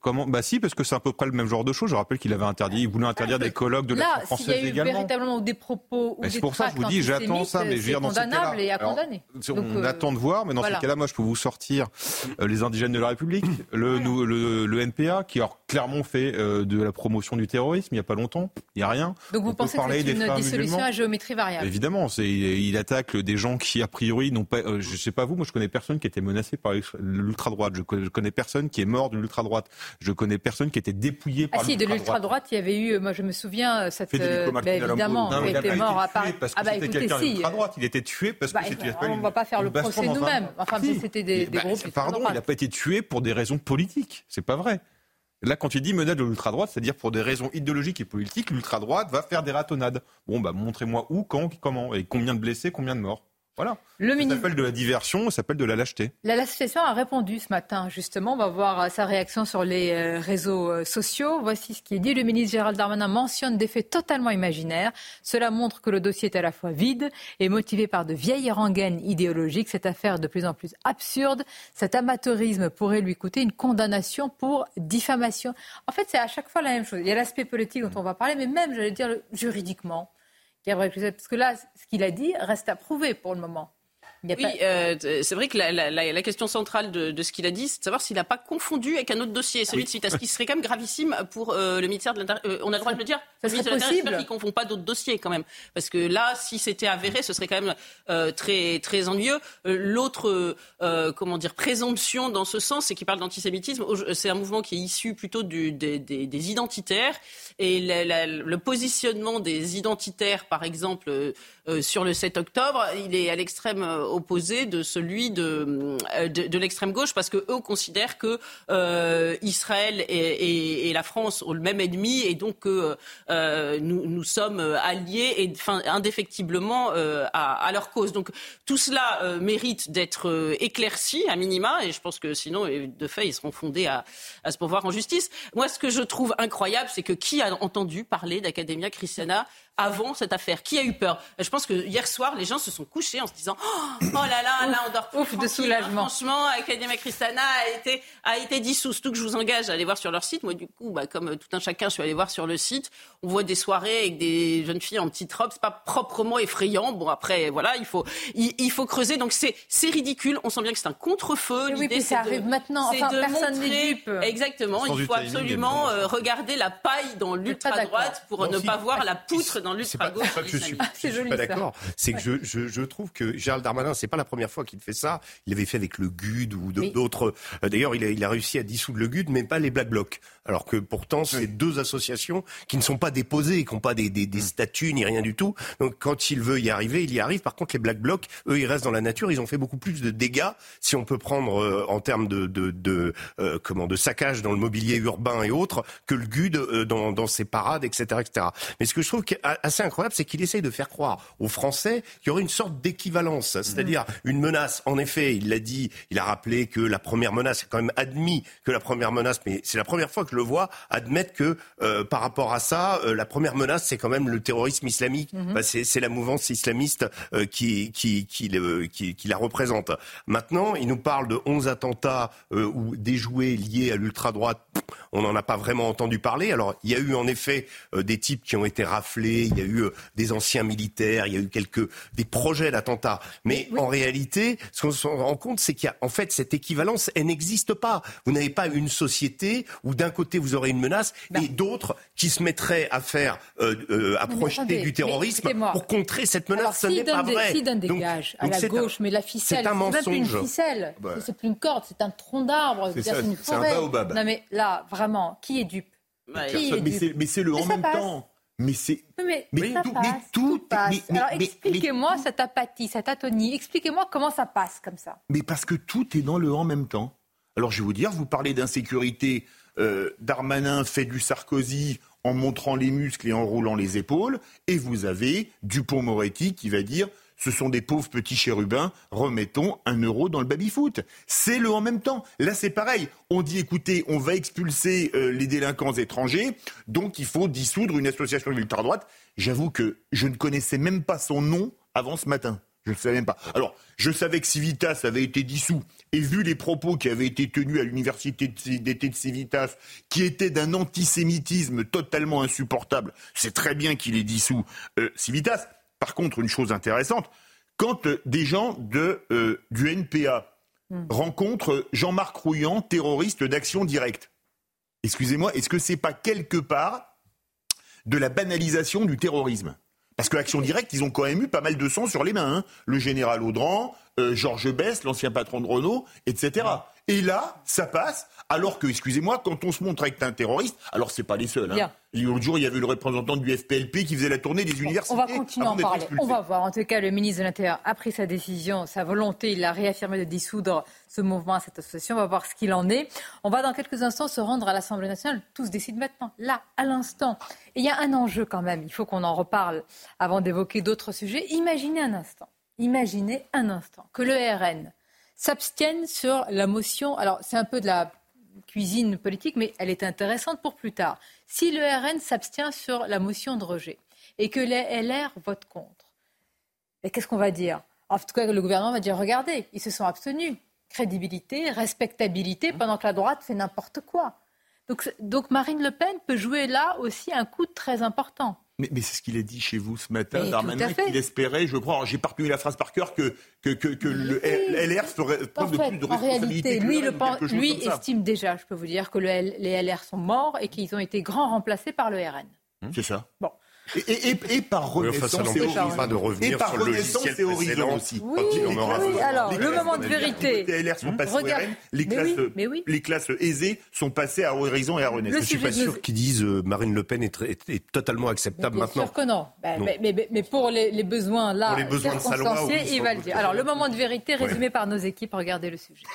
Comment ? Bah si, parce que c'est à peu près le même genre de choses. Je rappelle qu'il voulait interdire des colloques de l'action française également. Là, s'il y a eu véritablement des propos ou des c'est pour ça que je vous dis, j'attends ça, mais je veux dire dans ces cas-là, condamnable et à condamner. On attend de voir, mais dans ces cas-là, moi je peux vous sortir les indigènes de la République, le NPA, qui a clairement fait de la promotion du terrorisme il n'y a pas longtemps, il n'y a rien. Donc vous pensez que c'est une dissolution à géométrie variable ? Évidemment, il attaque des gens qui a priori n'ont pas, je sais pas vous, moi je connais personne qui était menacé par l'ultra-droite, je connais personne qui est mort de l'ultra-droite, je connais personne qui était dépouillé par l'ultra-droite. De l'ultra-droite, il y avait eu, moi je me souviens, évidemment, il était mort à Paris. Parce que c'était quelqu'un d'ultra-droite, il était tué parce que c'était pas on ne va pas faire le procès nous-mêmes. Enfin, c'était des groupes. Pardon, il n'a pas été tué pour des raisons politiques, c'est pas vrai. Là, quand il dit menace de l'ultra-droite, c'est-à-dire pour des raisons idéologiques et politiques, l'ultra-droite va faire des ratonnades. Bon, montrez-moi où, quand, comment, et combien de blessés, combien de morts. Voilà. Ça s'appelle de la diversion, ça s'appelle de la lâcheté. L'association a répondu ce matin, justement. On va voir sa réaction sur les réseaux sociaux. Voici ce qui est dit. Le ministre Gérald Darmanin mentionne des faits totalement imaginaires. Cela montre que le dossier est à la fois vide et motivé par de vieilles rengaines idéologiques. Cette affaire est de plus en plus absurde. Cet amateurisme pourrait lui coûter une condamnation pour diffamation. En fait, c'est à chaque fois la même chose. Il y a l'aspect politique dont on va parler, mais même, j'allais dire, juridiquement. Parce que là, ce qu'il a dit reste à prouver pour le moment. C'est vrai que la question centrale de ce qu'il a dit, c'est de savoir s'il n'a pas confondu avec un autre dossier, celui de Citas, ce qui serait quand même gravissime pour le ministère de l'Intérieur. On a le droit de le dire ? Ça serait possible. J'espère qu'il ne confond pas d'autres dossiers quand même. Parce que là, si c'était avéré, ce serait quand même très, très ennuyeux. L'autre présomption dans ce sens, c'est qu'il parle d'antisémitisme. C'est un mouvement qui est issu plutôt des identitaires. Et le positionnement des identitaires, par exemple, sur le 7 octobre, il est à l'extrême opposé de celui de l'extrême gauche, parce que eux considèrent que Israël et la France ont le même ennemi, et donc nous sommes alliés et indéfectiblement à leur cause. Donc tout cela mérite d'être éclairci à minima, et je pense que sinon, de fait, ils seront fondés à se pourvoir en justice. Moi, ce que je trouve incroyable, c'est que qui a entendu parler d'Academia Christiana avant cette affaire? Qui a eu peur? Je pense que hier soir, les gens se sont couchés en se disant oh là là, on dort plus. Ouf, de soulagement. Franchement, Academia Christiana a été dissous. Surtout que je vous engage à aller voir sur leur site. Moi, du coup, comme tout un chacun, je suis allé voir sur le site. On voit des soirées avec des jeunes filles en petite robe. C'est pas proprement effrayant. Bon, après, voilà, il faut creuser. Donc c'est ridicule. On sent bien que c'est un contre-feu. Oui, puis ça arrive maintenant. Enfin, personne n'est dupe. Exactement. Il faut absolument regarder la paille dans l'ultra-droite pour ne pas voir la poutre dans l'ultra-gauche. C'est pas que je suis pas d'accord. C'est que je trouve que Gérald Darmanin, c'est pas la première fois qu'il fait ça. Il l'avait fait avec le GUD ou d'autres. D'ailleurs, il a réussi à dissoudre le GUD, mais pas les Black Blocs. Alors que pourtant, c'est deux associations qui ne sont pas déposées, qui n'ont pas des statuts ni rien du tout. Donc, quand il veut y arriver, il y arrive. Par contre, les Black Blocs, eux, ils restent dans la nature. Ils ont fait beaucoup plus de dégâts, si on peut prendre en termes de saccage dans le mobilier urbain et autres, que le GUD dans ses parades, etc., etc. Mais ce que je trouve assez incroyable, c'est qu'il essaye de faire croire aux Français qu'il y aurait une sorte d'équivalence, c'est-à-dire une menace. En effet, il l'a dit, il a rappelé que la première menace, c'est quand même admis que la première menace, mais c'est la première fois que je le vois admettre que par rapport à ça, la première menace, c'est quand même le terrorisme islamique. C'est la mouvance islamiste qui la représente. Maintenant, il nous parle de 11 attentats ou déjoués liés à l'ultra-droite. On n'en a pas vraiment entendu parler. Alors, il y a eu en effet des types qui ont été raflés, il y a eu des anciens militaires, il y a eu des projets d'attentats. Mais en réalité, ce qu'on se rend compte, c'est qu'il y a en fait cette équivalence, elle n'existe pas. Vous n'avez pas une société où d'un côté vous aurez une menace et d'autres qui se mettraient à faire à projeter du terrorisme pour contrer cette menace. Alors, ce n'est pas vrai. S'ils donnent des gages à la gauche, mais la ficelle, c'est un mensonge. C'est même plus une ficelle, c'est plus une corde, c'est un tronc d'arbre, c'est une forêt. C'est un baobab. Non mais là, vraiment, qui est dupe? Mais c'est le en même temps. Mais tout passe. Alors expliquez-moi cette apathie, cette atonie. Expliquez-moi comment ça passe comme ça. Mais parce que tout est dans le en même temps. Alors je vais vous dire, vous parlez d'insécurité. Darmanin fait du Sarkozy en montrant les muscles et en roulant les épaules. Et vous avez Dupond-Moretti qui va dire ce sont des pauvres petits chérubins, remettons 1 euro dans le baby-foot. C'est le en même temps. Là, c'est pareil. On dit, écoutez, on va expulser les délinquants étrangers, donc il faut dissoudre une association d'ultra-droite. J'avoue que je ne connaissais même pas son nom avant ce matin. Je ne savais même pas. Alors, je savais que Civitas avait été dissous, et vu les propos qui avaient été tenus à l'université d'été de Civitas, qui étaient d'un antisémitisme totalement insupportable, c'est très bien qu'il est dissous Civitas. Par contre, une chose intéressante, quand des gens du NPA rencontrent Jean-Marc Rouillant, terroriste d'Action Directe, excusez-moi, est-ce que c'est pas quelque part de la banalisation du terrorisme ? Parce que Action Directe, ils ont quand même eu pas mal de sang sur les mains. Le général Audran, Georges Best, l'ancien patron de Renault, etc. Et là, ça passe, alors que, excusez-moi, quand on se montre avec un terroriste, alors c'est pas les seuls. L'autre jour, il y avait le représentant du FPLP qui faisait la tournée des universités. On va continuer à en parler. On va voir. En tout cas, le ministre de l'Intérieur a pris sa décision, sa volonté. Il a réaffirmé de dissoudre ce mouvement, cette association. On va voir ce qu'il en est. On va dans quelques instants se rendre à l'Assemblée nationale. Tout se décide maintenant, là, à l'instant. Et il y a un enjeu quand même. Il faut qu'on en reparle avant d'évoquer d'autres sujets. Imaginez un instant que le RN s'abstienne sur la motion. Alors, c'est un peu de la cuisine politique, mais elle est intéressante pour plus tard. Si le RN s'abstient sur la motion de rejet et que les LR votent contre, et qu'est-ce qu'on va dire ? En tout cas, le gouvernement va dire, regardez, ils se sont abstenus. Crédibilité, respectabilité, pendant que la droite fait n'importe quoi. Donc Marine Le Pen peut jouer là aussi un coup très important. Mais c'est ce qu'il a dit chez vous ce matin, Darmanin, qu'il espérait, je crois, j'ai pas retenu la phrase par cœur, que le LR ferait prendre de plus de responsabilité. En réalité, lui estime déjà, je peux vous dire, que les LR sont morts et qu'ils ont été grands remplacés par le RN. C'est ça. Bon. Et par renaissance, c'est horizon. Pas de revenir sur le logiciel précédent aussi. Oui, alors, le moment de vérité. Les LR sont passés au RN, les classes aisées sont passées à Horizon et à Renaissance. Je ne suis pas sûr qu'ils disent Marine Le Pen est totalement acceptable maintenant. Bien sûr que non. Mais pour les besoins là, pour les besoins de sa loi, il va le dire. Alors, le moment de vérité résumé par nos équipes, regardez le sujet.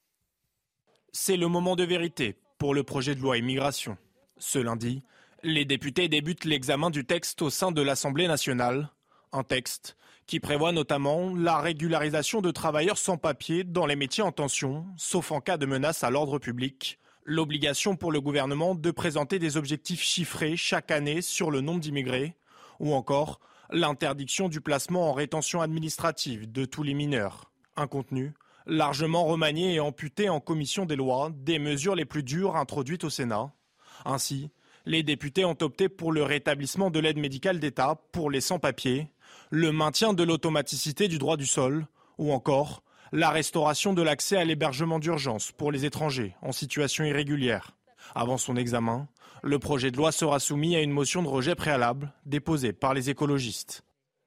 C'est le moment de vérité pour le projet de loi immigration. Ce lundi, les députés débutent l'examen du texte au sein de l'Assemblée nationale. Un texte qui prévoit notamment la régularisation de travailleurs sans papier dans les métiers en tension, sauf en cas de menace à l'ordre public. L'obligation pour le gouvernement de présenter des objectifs chiffrés chaque année sur le nombre d'immigrés. Ou encore l'interdiction du placement en rétention administrative de tous les mineurs. Un contenu largement remanié et amputé en commission des lois des mesures les plus dures introduites au Sénat. Ainsi, les députés ont opté pour le rétablissement de l'aide médicale d'État pour les sans-papiers, le maintien de l'automaticité du droit du sol ou encore la restauration de l'accès à l'hébergement d'urgence pour les étrangers en situation irrégulière. Avant son examen, le projet de loi sera soumis à une motion de rejet préalable déposée par les écologistes.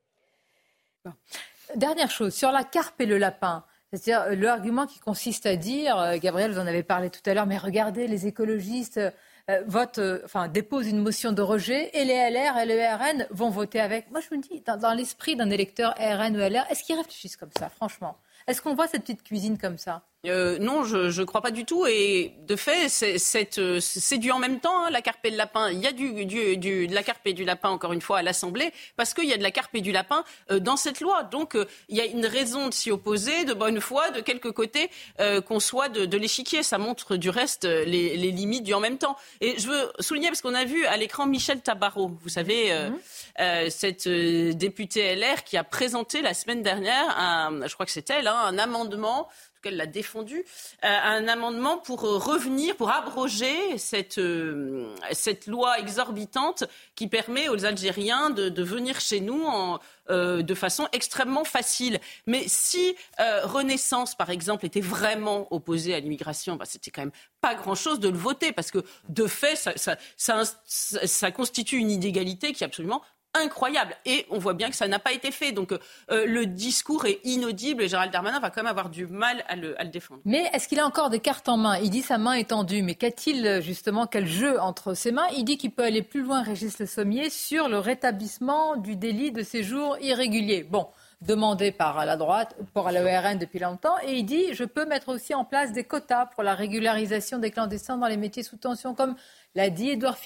Dernière chose, sur la carpe et le lapin. C'est-à-dire l'argument qui consiste à dire, Gabriel, vous en avez parlé tout à l'heure, mais regardez, les écologistes déposent une motion de rejet et les LR et le RN vont voter avec. Moi, je me dis, dans l'esprit d'un électeur RN ou LR, est-ce qu'ils réfléchissent comme ça, franchement ? Est-ce qu'on voit cette petite cuisine comme ça ? Non, je crois pas du tout. Et de fait, c'est du en même temps, la carpe et le lapin. Il y a de la carpe et du lapin, encore une fois, à l'Assemblée, parce qu'il y a de la carpe et du lapin dans cette loi. Donc, il y a une raison de s'y opposer, de bonne foi, de quelque côté qu'on soit de l'échiquier. Ça montre du reste les limites du en même temps. Et je veux souligner, parce qu'on a vu à l'écran Michèle Tabarot, vous savez, cette députée LR qui a présenté la semaine dernière, je crois que c'est elle, un amendement, qu'elle l'a défendu, un amendement pour revenir, pour abroger cette loi exorbitante qui permet aux Algériens de venir chez nous de façon extrêmement facile. Mais si Renaissance, par exemple, était vraiment opposée à l'immigration, c'était quand même pas grand-chose de le voter, parce que de fait, ça constitue une inégalité qui est absolument incroyable. Et on voit bien que ça n'a pas été fait. Donc le discours est inaudible et Gérald Darmanin va quand même avoir du mal à le défendre. Mais est-ce qu'il a encore des cartes en main ? Il dit sa main est tendue. Mais qu'a-t-il justement, quel jeu entre ses mains ? Il dit qu'il peut aller plus loin, Régis Le Sommier, sur le rétablissement du délit de séjour irrégulier. Bon, demandé par la droite, pour le RN depuis longtemps. Et il dit, je peux mettre aussi en place des quotas pour la régularisation des clandestins dans les métiers sous tension, comme l'a dit Édouard Philippe.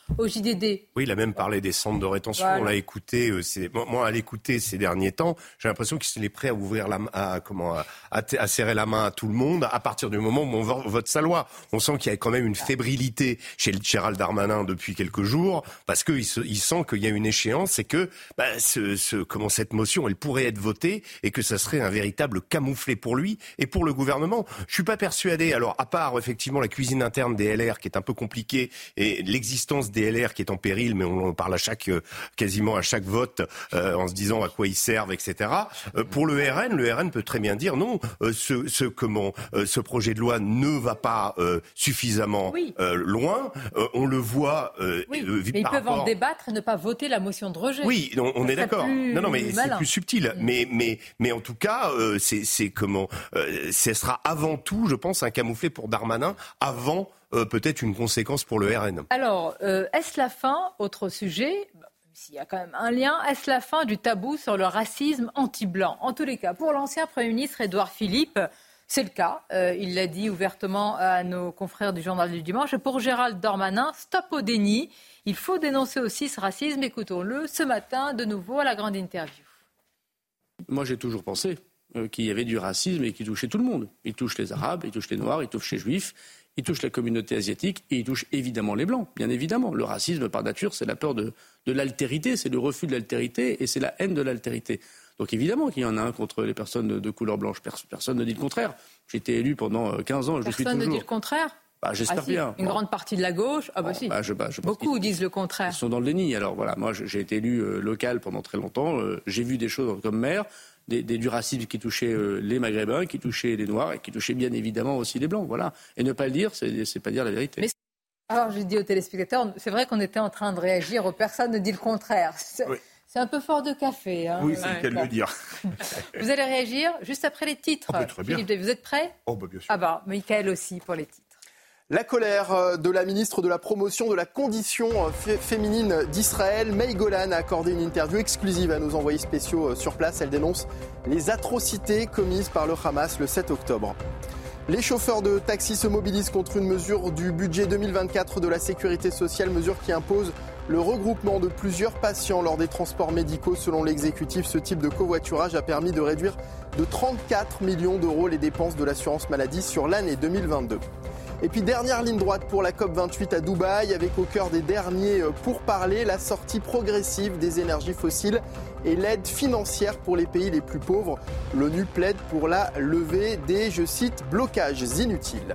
au JDD. Oui, il a même parlé des centres de rétention. Voilà. On l'a écouté. Moi, à l'écouter ces derniers temps, j'ai l'impression qu'il est prêt à ouvrir à serrer la main à tout le monde à partir du moment où on vote sa loi. On sent qu'il y a quand même une fébrilité chez Gérald Darmanin depuis quelques jours parce qu'il sent qu'il y a une échéance et que cette motion, elle pourrait être votée et que ça serait un véritable camouflet pour lui et pour le gouvernement. Je suis pas persuadé. Alors, à part effectivement la cuisine interne des LR qui est un peu compliquée et l'existence des LR qui est en péril, mais on en parle quasiment à chaque vote en se disant à quoi ils servent, etc. Pour le RN peut très bien dire non. Ce projet de loi ne va pas suffisamment loin. On le voit. Mais ils peuvent en débattre et ne pas voter la motion de rejet. Oui, on est d'accord. Non, mais c'est plus subtil. Mais en tout cas, ce sera avant tout, je pense, un camouflet pour Darmanin avant peut-être une conséquence pour le RN. Alors, est-ce la fin, autre sujet, s'il y a quand même un lien, est-ce la fin du tabou sur le racisme anti-blanc ? En tous les cas, pour l'ancien Premier ministre Édouard Philippe, c'est le cas. Il l'a dit ouvertement à nos confrères du Journal du Dimanche. Pour Gérald Darmanin, stop au déni. Il faut dénoncer aussi ce racisme. Écoutons-le ce matin, de nouveau, à la grande interview. Moi, j'ai toujours pensé qu'il y avait du racisme et qu'il touchait tout le monde. Il touche les Arabes, il touche les Noirs, il touche les Juifs, il touche la communauté asiatique et il touche évidemment les Blancs, bien évidemment. Le racisme, par nature, c'est la peur de l'altérité, c'est le refus de l'altérité et c'est la haine de l'altérité. Donc évidemment qu'il y en a un contre les personnes de couleur blanche. Personne ne dit le contraire. J'ai été élu pendant 15 ans et je le suis toujours. Personne ne dit le contraire ? J'espère bien. Une grande partie de la gauche, si. Beaucoup disent le contraire. Ils sont dans le déni. Alors voilà, moi j'ai été élu local pendant très longtemps. J'ai vu des choses comme maire, du racisme qui touchait les Maghrébins, qui touchait les Noirs et qui touchait bien évidemment aussi les Blancs. Voilà. Et ne pas le dire, c'est pas dire la vérité. Alors je dis aux téléspectateurs, c'est vrai qu'on était en train de réagir, personne ne dit le contraire. C'est un peu fort de café. Hein. Oui, c'est le cas de le dire. Vous allez réagir juste après les titres. Très bien. Philippe, vous êtes prêts ? Bien sûr. Mickaël aussi pour les titres. La colère de la ministre de la Promotion de la condition féminine d'Israël, Meï Golan, a accordé une interview exclusive à nos envoyés spéciaux sur place. Elle dénonce les atrocités commises par le Hamas le 7 octobre. Les chauffeurs de taxi se mobilisent contre une mesure du budget 2024 de la Sécurité sociale, mesure qui impose le regroupement de plusieurs patients lors des transports médicaux. Selon l'exécutif, ce type de covoiturage a permis de réduire de 34 millions d'euros les dépenses de l'assurance maladie sur l'année 2022. Et puis dernière ligne droite pour la COP28 à Dubaï, avec au cœur des derniers pourparlers la sortie progressive des énergies fossiles et l'aide financière pour les pays les plus pauvres. L'ONU plaide pour la levée des, je cite, blocages inutiles.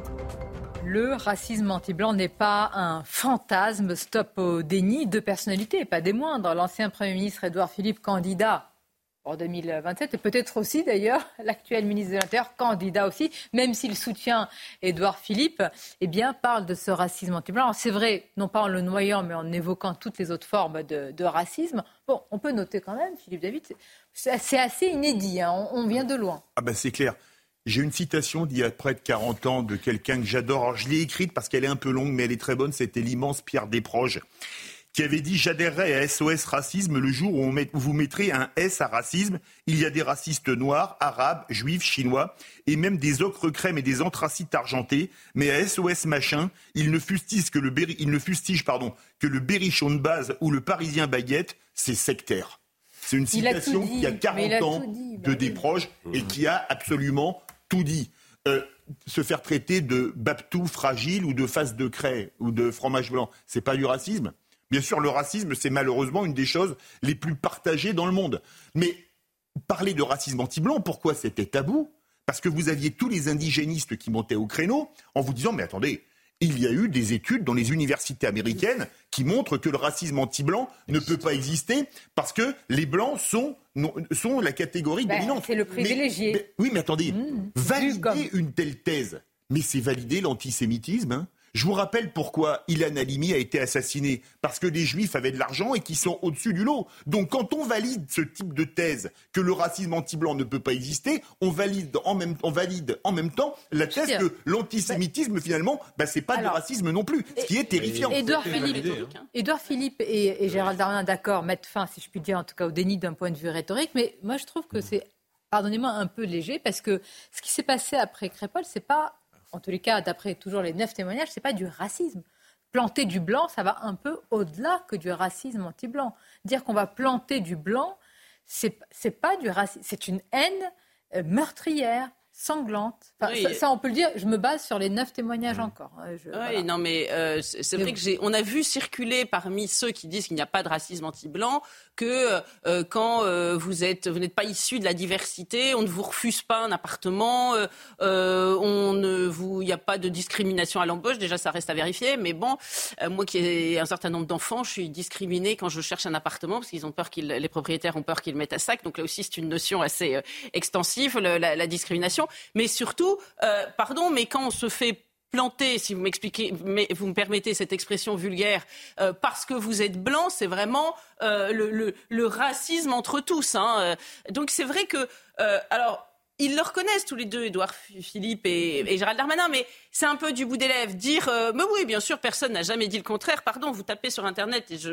Le racisme anti-blanc n'est pas un fantasme. Stop au déni. Deux personnalités, pas des moindres. L'ancien Premier ministre Édouard Philippe, candidat en 2027, et peut-être aussi d'ailleurs l'actuel ministre de l'Intérieur, candidat aussi, même s'il soutient Édouard Philippe, parle de ce racisme anti-blanc. Alors, c'est vrai, non pas en le noyant, mais en évoquant toutes les autres formes de racisme. Bon, on peut noter quand même, Philippe David, c'est assez inédit, hein, on vient de loin. C'est clair. J'ai une citation d'il y a près de 40 ans de quelqu'un que j'adore. Alors, je l'ai écrite parce qu'elle est un peu longue, mais elle est très bonne. C'était l'immense Pierre Desproges, qui avait dit « J'adhérerai à SOS Racisme le jour où vous mettrez un S à racisme. Il y a des racistes noirs, arabes, juifs, chinois, et même des ocres crèmes et des anthracites argentés. Mais à SOS machin, ils ne fustigent que le berrichon de base ou le parisien baguette, c'est sectaire. » C'est une citation qui a 40 ans de Desproges et qui a absolument tout dit. Se faire traiter de baptou fragile ou de face de craie ou de fromage blanc, c'est pas du racisme. Bien sûr, le racisme, c'est malheureusement une des choses les plus partagées dans le monde. Mais parler de racisme anti-blanc, pourquoi c'était tabou ? Parce que vous aviez tous les indigénistes qui montaient au créneau en vous disant « Mais attendez, il y a eu des études dans les universités américaines qui montrent que le racisme anti-blanc ne peut pas exister parce que les blancs sont la catégorie dominante. » C'est le privilégié. Oui, mais attendez, valider une telle thèse, mais c'est valider l'antisémitisme, hein. Je vous rappelle pourquoi Ilan Halimi a été assassiné. Parce que les Juifs avaient de l'argent et qu'ils sont au-dessus du lot. Donc quand on valide ce type de thèse, que le racisme anti-blanc ne peut pas exister, on valide en même temps la thèse que l'antisémitisme, finalement, c'est pas du racisme non plus. Ce qui est terrifiant. Édouard Philippe et Gérald Darmanin, d'accord, mettent fin, si je puis dire, en tout cas au déni d'un point de vue rhétorique. Mais moi, je trouve que c'est, pardonnez-moi, un peu léger. Parce que ce qui s'est passé après Crépol, c'est pas... En tous les cas, d'après toujours les 9 témoignages, c'est pas du racisme. planter du blanc, ça va un peu au-delà que du racisme anti-blanc. Dire qu'on va planter du blanc, c'est pas du racisme, c'est une haine meurtrière, sanglante. Enfin, oui. ça, on peut le dire. Je me base sur les 9 témoignages encore. Oui, non, mais c'est vrai on a vu circuler parmi ceux qui disent qu'il n'y a pas de racisme anti-blanc que quand vous n'êtes pas issu de la diversité, on ne vous refuse pas un appartement, il n'y a pas de discrimination à l'embauche. Déjà, ça reste à vérifier. Mais bon, moi qui ai un certain nombre d'enfants, je suis discriminée quand je cherche un appartement parce qu'ils ont peur les propriétaires ont peur qu'ils le mettent à sac. Donc là aussi, c'est une notion assez extensive, la discrimination. Mais surtout, mais quand on se fait planter, si vous vous me permettez cette expression vulgaire, parce que vous êtes blanc, c'est vraiment le racisme entre tous. Hein. Donc c'est vrai que, ils le reconnaissent tous les deux, Édouard Philippe et Gérald Darmanin, mais c'est un peu du bout des lèvres. Dire, mais oui, bien sûr, personne n'a jamais dit le contraire. Pardon, vous tapez sur Internet et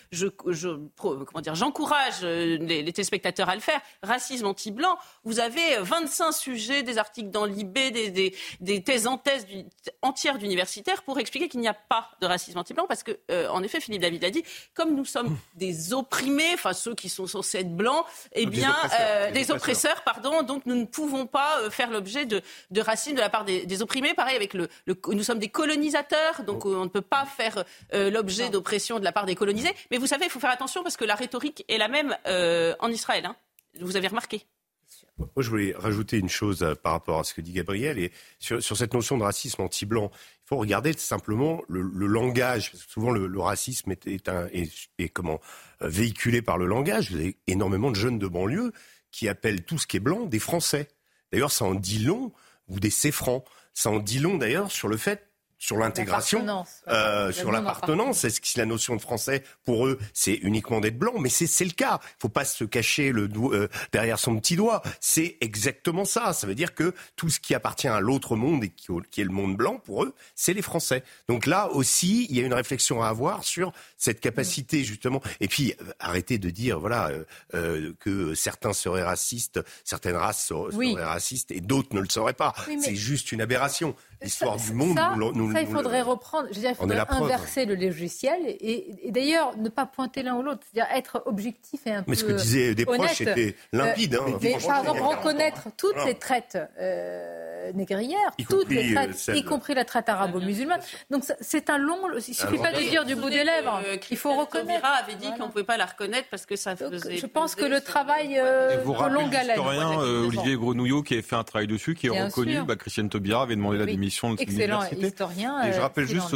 j'encourage les téléspectateurs à le faire. Racisme anti-blanc, vous avez 25 sujets, des articles dans l'IB, des thèses entières d'universitaires pour expliquer qu'il n'y a pas de racisme anti-blanc parce que, en effet, Philippe David l'a dit, comme nous sommes des opprimés, enfin ceux qui sont censés être blancs, des oppresseurs, donc nous ne pouvons pas faire l'objet de racisme de la part des opprimés. Pareil avec nous sommes des colonisateurs, donc on ne peut pas faire l'objet d'oppression de la part des colonisés. Mais vous savez, il faut faire attention parce que la rhétorique est la même en Israël. Hein. Vous avez remarqué. Moi, je voulais rajouter une chose par rapport à ce que dit Gabriel. Et sur cette notion de racisme anti-blanc, il faut regarder simplement le langage. Parce que souvent, le racisme est véhiculé par le langage. Vous avez énormément de jeunes de banlieue qui appellent tout ce qui est blanc des Français. D'ailleurs, ça en dit long, ou des Céfrans. Ça en dit long, d'ailleurs, sur le fait, sur l'intégration, sur l'appartenance. Est-ce que la notion de français, pour eux, c'est uniquement d'être blanc? Mais c'est le cas. Il ne faut pas se cacher derrière son petit doigt. C'est exactement ça. Ça veut dire que tout ce qui appartient à l'autre monde et qui est le monde blanc, pour eux, c'est les Français. Donc là aussi, il y a une réflexion à avoir sur cette capacité, justement. Et puis, arrêtez de dire, que certains seraient racistes, certaines races seraient racistes et d'autres ne le seraient pas. Oui, c'est juste une aberration. L'histoire du monde, il faudrait reprendre, il faudrait inverser le logiciel et d'ailleurs ne pas pointer l'un ou l'autre, c'est-à-dire être objectif et un peu honnête. Mais ce que disaient des proches, c'était limpide. Mais par exemple, reconnaître toutes les traites négrières, toutes les traites, y compris la traite arabo-musulmane. Donc c'est un long... Il ne suffit pas de dire du bout des lèvres, il faut reconnaître. Mira avait dit qu'on ne pouvait pas la reconnaître parce que ça faisait... Je pense que le travail de longue haleine... L'historien Olivier Grenouillot qui avait fait un travail dessus, qui est reconnu, Christiane Taubira avait demandé la démission de l'université. Historien. Et je rappelle juste,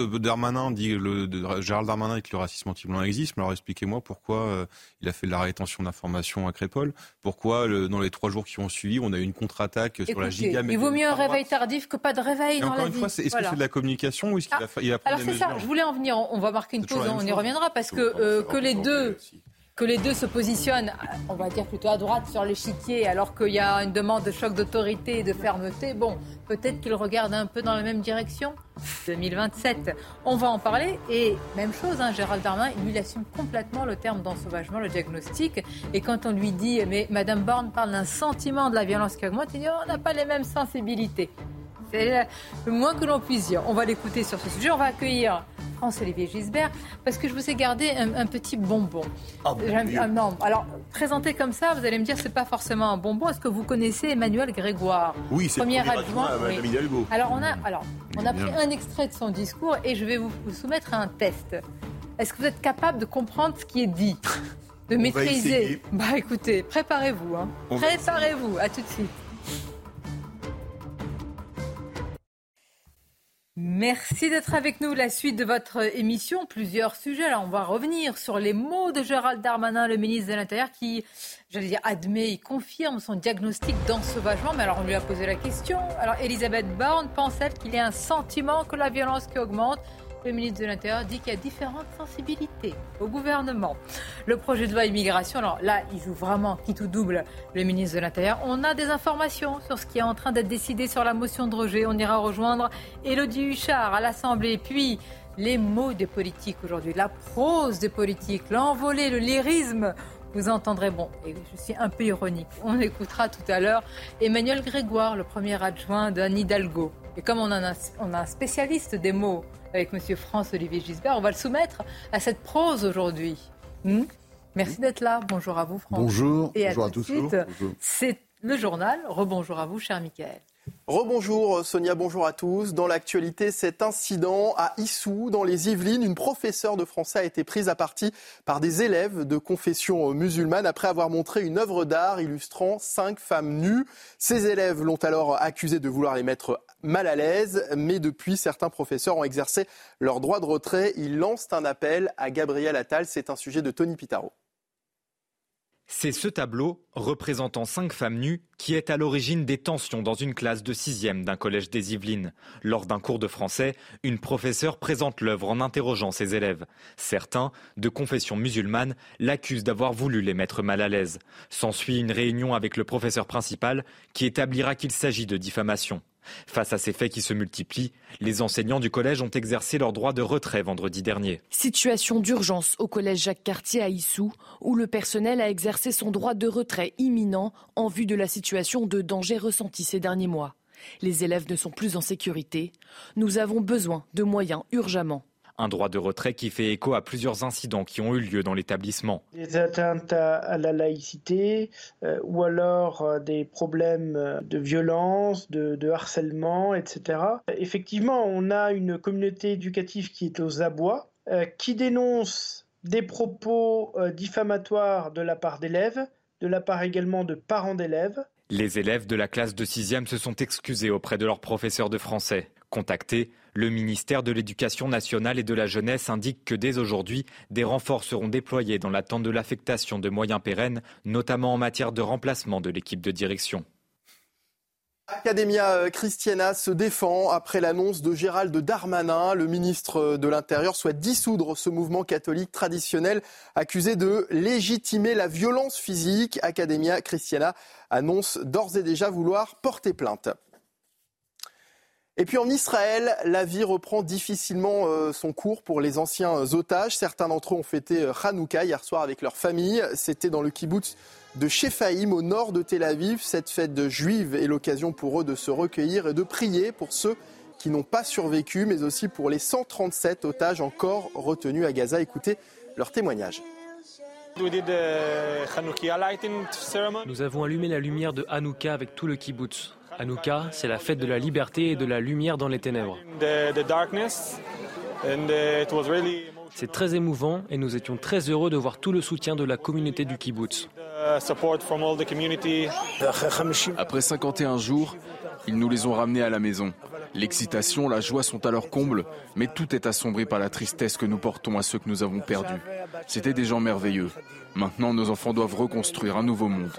Gérald Darmanin dit que le racisme anti-blanc existe, mais alors expliquez-moi pourquoi il a fait de la rétention d'informations à Crépol, pourquoi dans les 3 jours qui ont suivi, on a eu une contre-attaque sur la gigamétrie. Il vaut mieux un réveil tardif que pas de réveil dans la vie. Encore une fois, est-ce que c'est de la communication ou est-ce qu'il a pris des mesures ? Alors c'est ça, je voulais en venir, on va marquer une pause, on y reviendra, parce que les deux se positionnent, on va dire plutôt à droite sur l'échiquier, alors qu'il y a une demande de choc d'autorité et de fermeté. Bon, peut-être qu'ils regardent un peu dans la même direction. 2027, on va en parler. Et même chose, Gérald Darmanin, lui, il assume complètement le terme d'ensauvagement, le diagnostic. Et quand on lui dit, mais Madame Borne parle d'un sentiment de la violence qui augmente, il dit, on n'a pas les mêmes sensibilités. C'est le moins que l'on puisse dire. On va l'écouter sur ce sujet. On va accueillir François-Olivier Gisbert parce que je vous ai gardé un petit bonbon. Non, alors présenté comme ça, vous allez me dire c'est pas forcément un bonbon. Est-ce que vous connaissez Emmanuel Grégoire? Oui, c'est premier adjoint à Madame Hidalgo. Alors on a pris un extrait de son discours et je vais vous soumettre à un test. Est-ce que vous êtes capable de comprendre ce qui est dit, de maîtriser? Écoutez, préparez-vous. Préparez-vous. À tout de suite. Merci d'être avec nous. La suite de votre émission, plusieurs sujets. Alors, on va revenir sur les mots de Gérald Darmanin, le ministre de l'Intérieur, qui, admet, il confirme son diagnostic d'ensauvagement. Mais alors, on lui a posé la question. Alors, Elisabeth Borne pense-t-elle qu'il y a un sentiment que la violence qui augmente? Le ministre de l'Intérieur dit qu'il y a différentes sensibilités au gouvernement. Le projet de loi immigration, alors là, il joue vraiment qui tout double le ministre de l'Intérieur. On a des informations sur ce qui est en train d'être décidé sur la motion de rejet. On ira rejoindre Élodie Huchard à l'Assemblée. Puis, les mots des politiques aujourd'hui, la prose des politiques, l'envolée, le lyrisme. Vous entendrez, et je suis un peu ironique, on écoutera tout à l'heure Emmanuel Grégoire, le premier adjoint d'Anne Hidalgo. Et comme on a un spécialiste des mots avec M. France-Olivier Gisbert, on va le soumettre à cette prose aujourd'hui. Merci d'être là. Bonjour à vous, France. Bonjour. Et bonjour à tous. Bonjour. C'est le journal. Rebonjour à vous, cher Mickaël. Rebonjour Sonia, bonjour à tous. Dans l'actualité, cet incident à Issou, dans les Yvelines, une professeure de français a été prise à partie par des élèves de confession musulmane après avoir montré une œuvre d'art illustrant 5 femmes nues. Ces élèves l'ont alors accusée de vouloir les mettre mal à l'aise, mais depuis, certains professeurs ont exercé leur droit de retrait. Ils lancent un appel à Gabriel Attal. C'est un sujet de Tony Pitaro. C'est ce tableau, représentant 5 femmes nues, qui est à l'origine des tensions dans une classe de 6e d'un collège des Yvelines. Lors d'un cours de français, une professeure présente l'œuvre en interrogeant ses élèves. Certains, de confession musulmane, l'accusent d'avoir voulu les mettre mal à l'aise. S'ensuit une réunion avec le professeur principal qui établira qu'il s'agit de diffamation. Face à ces faits qui se multiplient, les enseignants du collège ont exercé leur droit de retrait vendredi dernier. Situation d'urgence au collège Jacques-Cartier à Issou, où le personnel a exercé son droit de retrait imminent en vue de la situation de danger ressentie ces derniers mois. Les élèves ne sont plus en sécurité. Nous avons besoin de moyens urgemment. Un droit de retrait qui fait écho à plusieurs incidents qui ont eu lieu dans l'établissement. Des atteintes à la laïcité ou alors des problèmes de violence, de harcèlement, etc. Effectivement, on a une communauté éducative qui est aux abois, qui dénonce des propos diffamatoires de la part d'élèves, de la part également de parents d'élèves. Les élèves de la classe de 6e se sont excusés auprès de leur professeur de français. Contacté, le ministère de l'Éducation nationale et de la jeunesse indique que dès aujourd'hui, des renforts seront déployés dans l'attente de l'affectation de moyens pérennes, notamment en matière de remplacement de l'équipe de direction. Academia Christiana se défend après l'annonce de Gérald Darmanin. Le ministre de l'Intérieur souhaite dissoudre ce mouvement catholique traditionnel accusé de légitimer la violence physique. Academia Christiana annonce d'ores et déjà vouloir porter plainte. Et puis en Israël, la vie reprend difficilement son cours pour les anciens otages. Certains d'entre eux ont fêté Hanouka hier soir avec leur famille. C'était dans le kibboutz de Shephaïm au nord de Tel Aviv. Cette fête juive est l'occasion pour eux de se recueillir et de prier pour ceux qui n'ont pas survécu, mais aussi pour les 137 otages encore retenus à Gaza. Écoutez leur témoignage. Nous avons allumé la lumière de Hanouka avec tout le kibboutz. Hanouka, c'est la fête de la liberté et de la lumière dans les ténèbres. C'est très émouvant et nous étions très heureux de voir tout le soutien de la communauté du kibboutz. Après 51 jours, ils nous les ont ramenés à la maison. L'excitation, la joie sont à leur comble, mais tout est assombri par la tristesse que nous portons à ceux que nous avons perdus. C'étaient des gens merveilleux. Maintenant, nos enfants doivent reconstruire un nouveau monde.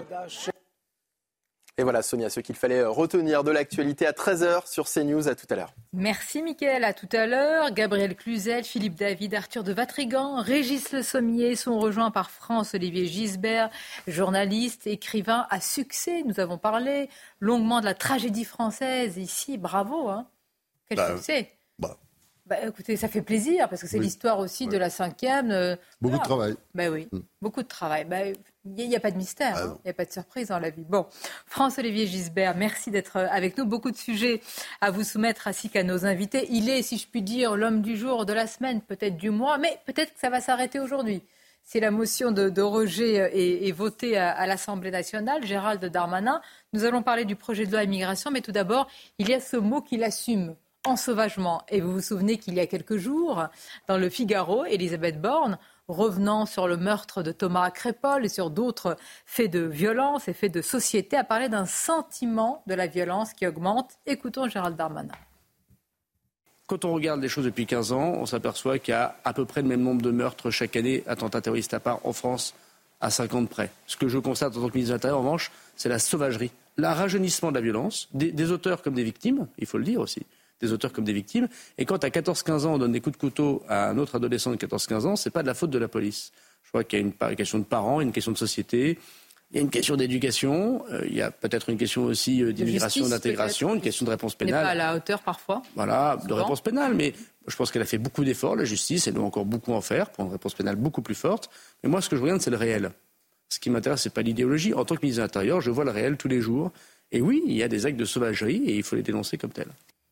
Et voilà Sonia, ce qu'il fallait retenir de l'actualité à 13h sur CNews. À tout à l'heure. Merci Mickaël, à tout à l'heure. Gabriel Cluzel, Philippe David, Arthur de Vatrigan, Régis Le Sommier sont rejoints par France-Olivier Gisbert, journaliste, écrivain à succès. Nous avons parlé longuement de la tragédie française ici. Bravo, hein. Quel succès. Écoutez, ça fait plaisir parce que c'est l'histoire aussi de la 5e. Beaucoup de travail. Oui, beaucoup de travail. Il n'y a pas de mystère, il n'y a pas de surprise dans la vie. Bon, France-Olivier Gisbert, merci d'être avec nous. Beaucoup de sujets à vous soumettre ainsi qu'à nos invités. Il est, si je puis dire, l'homme du jour, de la semaine, peut-être du mois, mais peut-être que ça va s'arrêter aujourd'hui. Si la motion de rejet est votée à l'Assemblée nationale, Gérald Darmanin, nous allons parler du projet de loi immigration, mais tout d'abord, il y a ce mot qu'il assume. Ensauvagement. Et vous vous souvenez qu'il y a quelques jours, dans le Figaro, Elisabeth Borne, revenant sur le meurtre de Thomas Crépol et sur d'autres faits de violence et faits de société, a parlé d'un sentiment de la violence qui augmente. Écoutons Gérald Darmanin. Quand on regarde les choses depuis 15 ans, on s'aperçoit qu'il y a à peu près le même nombre de meurtres chaque année, attentats terroristes à part, en France, à 50 près. Ce que je constate en tant que ministre de l'Intérieur, en revanche, c'est la sauvagerie, le rajeunissement de la violence, des auteurs comme des victimes, il faut le dire aussi. Des auteurs comme des victimes. Et quand à 14-15 ans, on donne des coups de couteau à un autre adolescent de 14-15 ans, c'est pas de la faute de la police. Je crois qu'il y a une question de parents, une question de société, il y a une question d'éducation, il y a peut-être une question aussi d'immigration, d'intégration, une question de réponse pénale. N'est pas à la hauteur parfois. Voilà, de réponse pénale. Mais je pense qu'elle a fait beaucoup d'efforts, la justice, elle doit encore beaucoup en faire pour une réponse pénale beaucoup plus forte. Mais moi, ce que je regarde, c'est le réel. Ce qui m'intéresse, c'est pas l'idéologie. En tant que ministre de l'Intérieur, je vois le réel tous les jours. Et oui, il y a des actes de sauvagerie et il faut les dénoncer comme tels.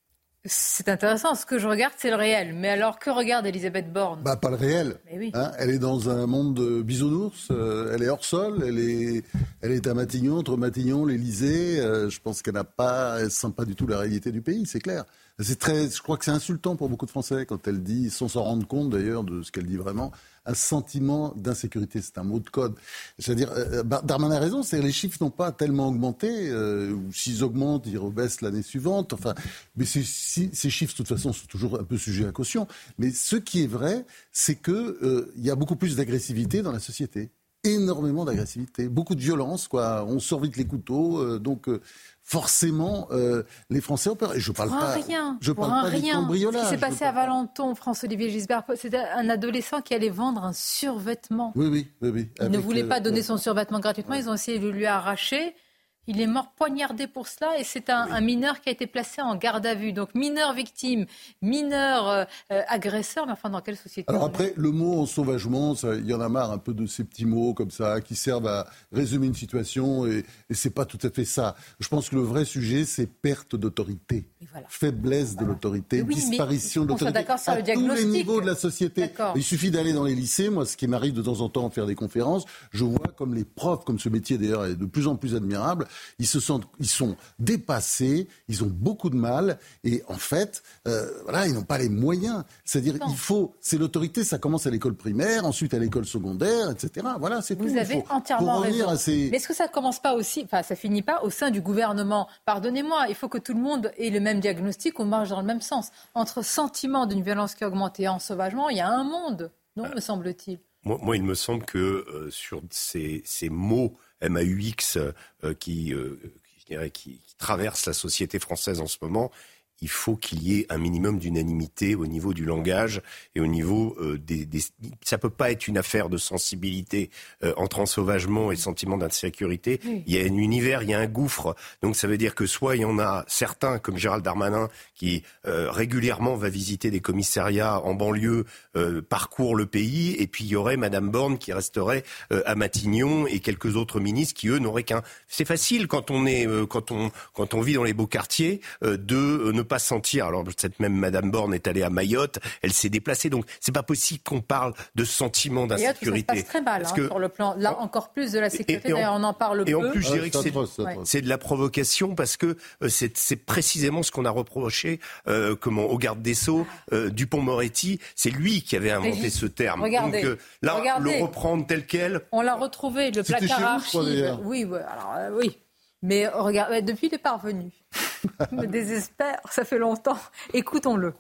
C'est intéressant. Ce que je regarde, c'est le réel. Mais alors, que regarde Elisabeth Borne ? Pas le réel. Mais oui. Elle est dans un monde de bisounours. Elle est hors sol. Elle est à Matignon, entre Matignon, l'Élysée. Je pense qu'elle ne sent pas du tout la réalité du pays, c'est clair. Je crois que c'est insultant pour beaucoup de Français quand elle dit, sans s'en rendre compte d'ailleurs de ce qu'elle dit vraiment, un sentiment d'insécurité. C'est un mot de code. C'est-à-dire, Darmanin a raison, les chiffres n'ont pas tellement augmenté. Ou s'ils augmentent, ils rebaissent l'année suivante. Enfin, mais ces chiffres, de toute façon, sont toujours un peu sujets à caution. Mais ce qui est vrai, c'est que y a beaucoup plus d'agressivité dans la société. Énormément d'agressivité, beaucoup de violence, quoi. On sort vite les couteaux, donc forcément, les Français ont peur. Et je parle pas du cambriolage. Ce qui s'est passé à Valenton, François-Olivier Gisbert, c'était un adolescent qui allait vendre un survêtement. Oui. Il ne voulait pas donner son survêtement gratuitement, ils ont essayé de lui arracher. Il est mort poignardé pour cela et c'est un mineur qui a été placé en garde à vue. Donc mineur victime, mineur agresseur, mais enfin dans quelle société ? Alors après, le mot ensauvagement, il y en a marre un peu de ces petits mots comme ça qui servent à résumer une situation et c'est pas tout à fait ça. Je pense que le vrai sujet, c'est perte d'autorité, faiblesse de l'autorité, disparition de l'autorité à tous les niveaux de la société. Il suffit d'aller dans les lycées. Moi, ce qui m'arrive de temps en temps à faire des conférences, je vois comme les profs, comme ce métier d'ailleurs est de plus en plus admirable, ils sont dépassés, ils ont beaucoup de mal et en fait, ils n'ont pas les moyens. C'est-à-dire, c'est l'autorité, ça commence à l'école primaire, ensuite à l'école secondaire, etc. Voilà, c'est tout. Vous avez entièrement raison. Mais est-ce que ça commence pas aussi, ça finit pas au sein du gouvernement ? Pardonnez-moi, il faut que tout le monde ait le même diagnostic, on marche dans le même sens. Entre sentiment d'une violence qui augmente et ensauvagement, il y a un monde, non, me semble-t-il. Moi, il me semble que sur ces mots MAUX qui traversent la société française en ce moment, il faut qu'il y ait un minimum d'unanimité au niveau du langage et au niveau ça peut pas être une affaire de sensibilité entre ensauvagement et sentiment d'insécurité. Oui. Il y a un univers, il y a un gouffre. Donc ça veut dire que soit il y en a certains, comme Gérald Darmanin, qui régulièrement va visiter des commissariats en banlieue, parcourt le pays, et puis il y aurait Madame Borne qui resterait à Matignon et quelques autres ministres qui eux n'auraient qu'un. C'est facile quand on vit dans les beaux quartiers de ne pas sentir. Alors cette même Madame Borne est allée à Mayotte, elle s'est déplacée, donc c'est pas possible qu'on parle de sentiment d'insécurité. Ça se passe très mal sur le plan, là encore plus de la sécurité. D'ailleurs, on en parle peu. Et en plus, je dirais que c'est de la provocation parce que c'est précisément ce qu'on a reproché au garde des Sceaux, Dupond-Moretti. C'est lui qui avait inventé ce terme. Regardez, donc le reprendre tel quel. On l'a retrouvé, le placard archive. Oui. Mais regarde, depuis il est parvenu. Je me désespère, ça fait longtemps. Écoutons-le.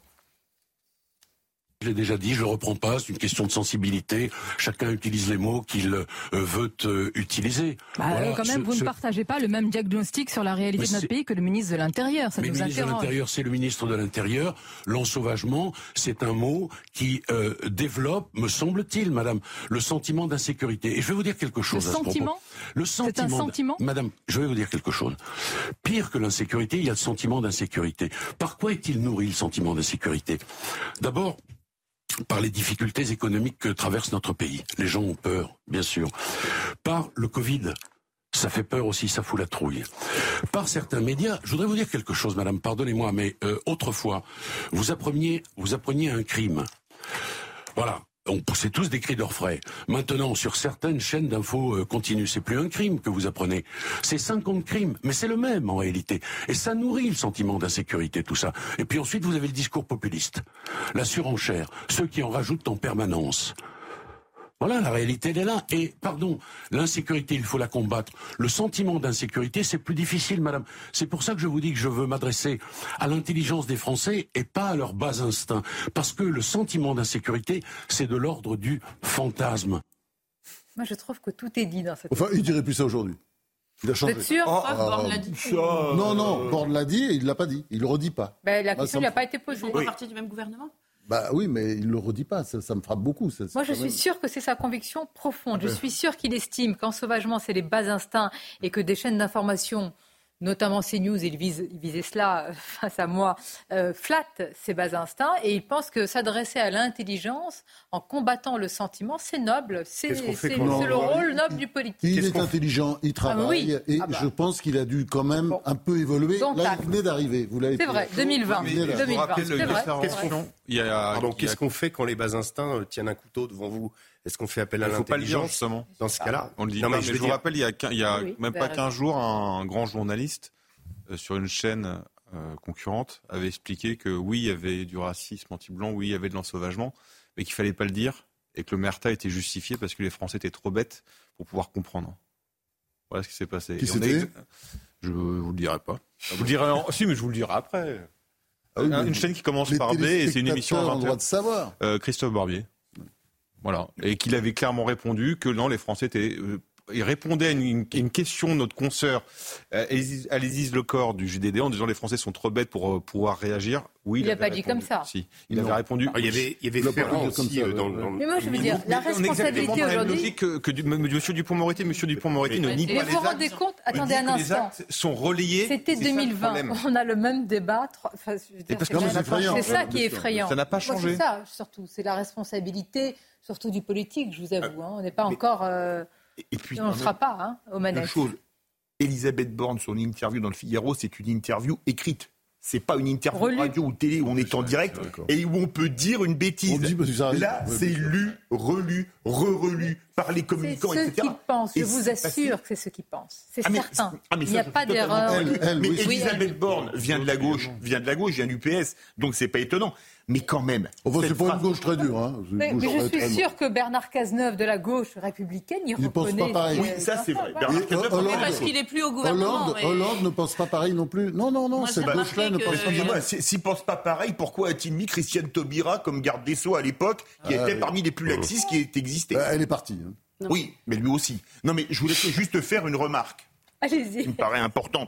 Je l'ai déjà dit, je ne reprends pas, c'est une question de sensibilité. Chacun utilise les mots qu'il veut utiliser. Quand même, vous ne partagez pas le même diagnostic sur la réalité de notre pays que le ministre de l'Intérieur. Ça nous interroge. Le ministre de l'Intérieur, c'est le ministre de l'Intérieur. L'ensauvagement, c'est un mot qui développe, me semble-t-il, madame, le sentiment d'insécurité. Et je vais vous dire quelque chose à ce propos. Le sentiment. C'est un sentiment. Madame, je vais vous dire quelque chose. Pire que l'insécurité, il y a le sentiment d'insécurité. Par quoi est-il nourri, le sentiment d'insécurité ? D'abord, par les difficultés économiques que traverse notre pays. Les gens ont peur, bien sûr. Par le Covid, ça fait peur aussi, ça fout la trouille. Par certains médias, je voudrais vous dire quelque chose, madame, pardonnez-moi, mais autrefois, vous appreniez un crime. Voilà. On poussait tous des cris d'orfraie. Maintenant, sur certaines chaînes d'infos continues, c'est plus un crime que vous apprenez. C'est 50 crimes, mais c'est le même en réalité. Et ça nourrit le sentiment d'insécurité, tout ça. Et puis ensuite, vous avez le discours populiste. La surenchère. Ceux qui en rajoutent en permanence. Voilà, la réalité, elle est là. Et, pardon, l'insécurité, il faut la combattre. Le sentiment d'insécurité, c'est plus difficile, madame. C'est pour ça que je vous dis que je veux m'adresser à l'intelligence des Français et pas à leur bas instinct. Parce que le sentiment d'insécurité, c'est de l'ordre du fantasme. Moi, je trouve que tout est dit dans cette... Enfin, il dirait plus ça aujourd'hui. Il a changé. Vous êtes sûr Borne l'a dit. Non, Borne l'a dit et il ne l'a pas dit. Il ne le redit pas. La question n'a pas été posée. Ils font partie du même gouvernement ? Oui, mais il ne le redit pas, ça me frappe beaucoup. Moi, je suis sûre que c'est sa conviction profonde. Je suis sûre qu'il estime qu'ensauvagement, c'est les bas instincts et que des chaînes d'information notamment CNews, il visait cela face à moi, flatte ses bas instincts et il pense que s'adresser à l'intelligence en combattant le sentiment, c'est noble, c'est le rôle noble du politique. Il est intelligent, il travaille je pense qu'il a dû quand même un peu évoluer. Là, il venait d'arriver. C'est vrai, 2020. Qu'est-ce qu'on fait quand les bas instincts tiennent un couteau devant vous ? Est-ce qu'on fait appel à l'intelligence dans ce cas-là ? On le dit. Mais je vous rappelle, il y a même pas 15 jours, un grand journaliste sur une chaîne concurrente avait expliqué que oui, il y avait du racisme anti-blanc, oui, il y avait de l'ensauvagement, mais qu'il fallait pas le dire et que l'omerta était justifié parce que les Français étaient trop bêtes pour pouvoir comprendre. Voilà ce qui s'est passé. Je vous le dirai pas. Je vous le dirai. Si, mais je vous le dirai après. Une chaîne qui commence par B et c'est une émission à 20h. Droit de savoir. Christophe Barbier. Voilà. Et qu'il avait clairement répondu que non, les Français étaient. Il répondait à une question de notre consoeur Alésis Lecor du JDD en disant les Français sont trop bêtes pour pouvoir réagir. Oui, il n'a pas dit comme ça. Si, il avait répondu. Il y avait Ferrand aussi dans Mais moi, je veux dire, la responsabilité aujourd'hui. Que monsieur Dupond-Moretti ne nie pas les actes. Vous vous rendez compte ? Attendez un instant. Les actes sont relayés. C'était 2020. On a le même débat. C'est ça qui est effrayant. Ça n'a pas changé. C'est ça, surtout. C'est la responsabilité, surtout du politique, je vous avoue. On n'est pas encore. Et puis, on ne sera pas aux manettes. Elisabeth Borne, son interview dans le Figaro, c'est une interview écrite. C'est pas une interview radio ou télé où on est en direct et où on peut dire une bêtise. Là, c'est lu, relu, re-relu par les communicants, etc. C'est ce qu'ils pensent. Je vous assure que c'est ce qu'ils pensent. C'est certain. Il n'y a pas d'erreur. Mais Elisabeth Borne vient de la gauche, vient du PS, donc c'est pas étonnant. Mais quand même. C'est pas une gauche très dure. Mais je suis sûr que Bernard Cazeneuve de la gauche républicaine, il reconnaît. Pense pas pareil. Oui, ça c'est vrai. Parce qu'il n'est plus au gouvernement. Hollande ne pense pas pareil non plus. Non, cette gauche-là ne pense pas pareil. S'il ne pense pas pareil, pourquoi a-t-il mis Christiane Taubira comme garde des Sceaux à l'époque, qui était parmi les plus laxistes qui existaient ? Elle est partie. Oui, mais lui aussi. Non, mais je voulais juste faire une remarque. Allez-y. Qui me paraît importante.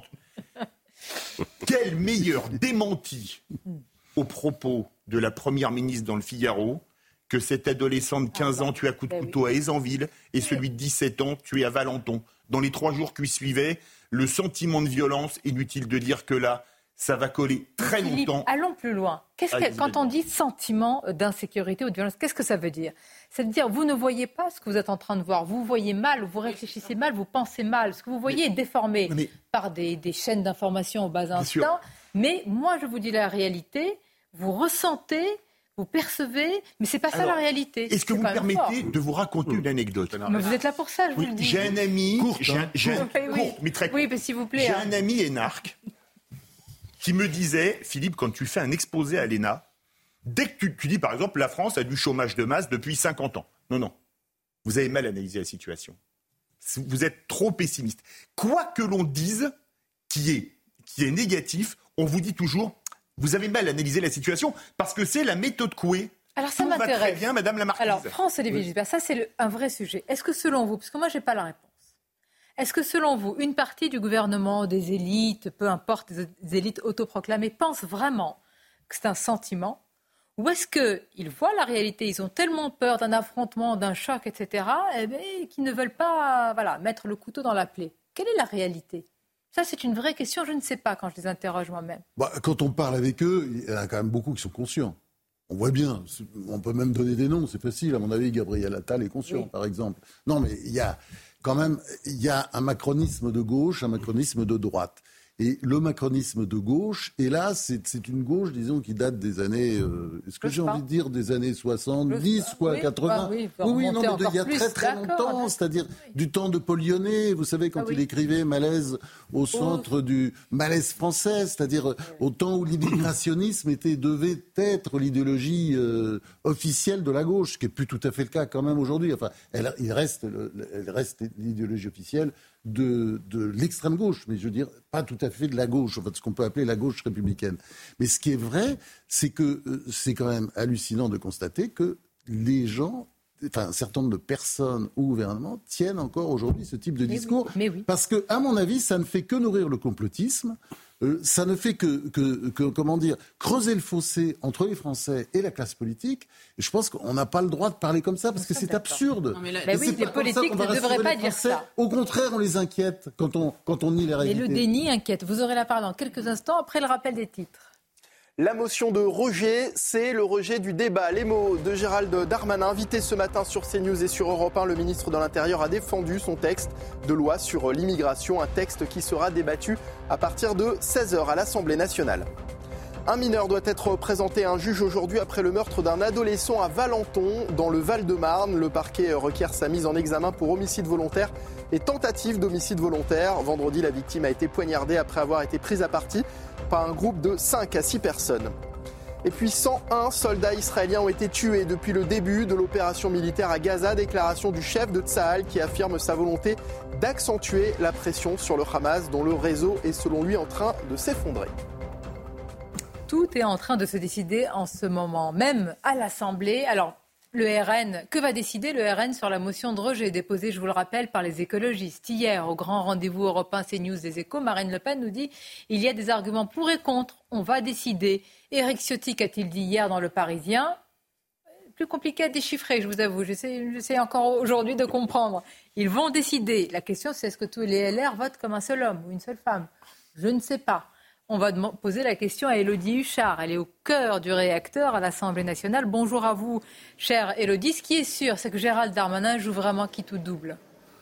Quel meilleur démenti aux propos de la première ministre dans le Figaro que cet adolescent de 15 ans tué à coups de couteau à Aisanville et celui de 17 ans tué à Valenton. Dans les 3 jours qui suivaient, le sentiment de violence, inutile de dire que là, ça va coller très longtemps. Allons plus loin. Quand on dit sentiment d'insécurité ou de violence, qu'est-ce que ça veut dire ? Ça veut dire vous ne voyez pas ce que vous êtes en train de voir. Vous voyez mal, vous réfléchissez mal, vous pensez mal. Ce que vous voyez est déformé par des chaînes d'information au bas instinct. Mais moi, je vous dis la réalité. Vous ressentez, vous percevez, mais c'est pas ça la réalité. Est-ce que vous me permettez de vous raconter une anecdote ? Mais vous êtes là pour ça, je vous le dis. J'ai un ami, courte, mais très court. Oui, mais s'il vous plaît. J'ai un ami énarque qui me disait, Philippe, quand tu fais un exposé à l'ENA, dès que tu dis, par exemple, la France a du chômage de masse depuis 50 ans. Non. Vous avez mal analysé la situation. Vous êtes trop pessimiste. Quoi que l'on dise qui est négatif, on vous dit toujours... Vous avez mal analysé la situation parce que c'est la méthode Coué. Alors ça m'intéresse. Va très bien, Madame la Marquise. Alors France-Olivier Gisbert, ça c'est un vrai sujet. Est-ce que selon vous, parce que moi j'ai pas la réponse, est-ce que selon vous, une partie du gouvernement, des élites, peu importe, des élites autoproclamées, pense vraiment que c'est un sentiment ? Ou est-ce qu'ils voient la réalité, ils ont tellement peur d'un affrontement, d'un choc, etc., qu'ils ne veulent pas mettre le couteau dans la plaie ? Quelle est la réalité ? Ça, c'est une vraie question, je ne sais pas quand je les interroge moi-même. Quand on parle avec eux, il y en a quand même beaucoup qui sont conscients. On voit bien, on peut même donner des noms, c'est facile. À mon avis, Gabriel Attal est conscient, par exemple. Non, mais il y a un macronisme de gauche, un macronisme de droite. Et le macronisme de gauche, et là, c'est une gauche, disons, qui date des années, est-ce que j'ai envie de dire des années 70, quoi, 80 Oui, non, mais il y a très longtemps, c'est-à-dire du temps de Paul Lyonnais, vous savez, quand il écrivait Malaise au centre du malaise français, c'est-à-dire au temps où l'immigrationnisme devait être l'idéologie officielle de la gauche, ce qui n'est plus tout à fait le cas quand même aujourd'hui. Enfin, elle reste l'idéologie officielle de l'extrême gauche, mais je veux dire, pas tout à fait de la gauche, enfin, ce qu'on peut appeler la gauche républicaine. Mais ce qui est vrai, c'est que c'est quand même hallucinant de constater que les gens, un certain nombre de personnes ou gouvernements tiennent encore aujourd'hui ce type de discours. Mais oui. Parce que, à mon avis, ça ne fait que nourrir le complotisme. ça ne fait que comment dire, creuser le fossé entre les Français et la classe politique. Et je pense qu'on n'a pas le droit de parler comme ça parce que c'est absurde. Non, mais oui, les politiques ne devraient pas dire ça. Au contraire, on les inquiète quand on nie les réalités. Et le déni inquiète. Vous aurez la parole dans quelques instants après le rappel des titres. La motion de rejet, c'est le rejet du débat. Les mots de Gérald Darmanin, invité ce matin sur CNews et sur Europe 1. Le ministre de l'Intérieur a défendu son texte de loi sur l'immigration, un texte qui sera débattu à partir de 16h à l'Assemblée nationale. Un mineur doit être présenté à un juge aujourd'hui après le meurtre d'un adolescent à Valenton, dans le Val-de-Marne. Le parquet requiert sa mise en examen pour homicide volontaire et tentative d'homicide volontaire. Vendredi, la victime a été poignardée après avoir été prise à partie par un groupe de 5 à 6 personnes. Et puis 101 soldats israéliens ont été tués depuis le début de l'opération militaire à Gaza. Déclaration du chef de Tsahal qui affirme sa volonté d'accentuer la pression sur le Hamas, dont le réseau est selon lui en train de s'effondrer. Tout est en train de se décider en ce moment même à l'Assemblée. Alors, le RN, que va décider le RN sur la motion de rejet déposée, je vous le rappelle, par les écologistes? Hier, au grand rendez-vous européen CNews des Échos, Marine Le Pen nous dit il y a des arguments pour et contre, on va décider. Éric Ciotti a-t-il dit hier dans Le Parisien? Plus compliqué à déchiffrer, je vous avoue. J'essaie encore aujourd'hui de comprendre. Ils vont décider. La question, c'est est-ce que tous les LR votent comme un seul homme ou une seule femme? Je ne sais pas. On va poser la question à Élodie Huchard. Elle est au cœur du réacteur à l'Assemblée nationale. Bonjour à vous, chère Élodie. Ce qui est sûr, c'est que Gérald Darmanin joue vraiment qui tout double.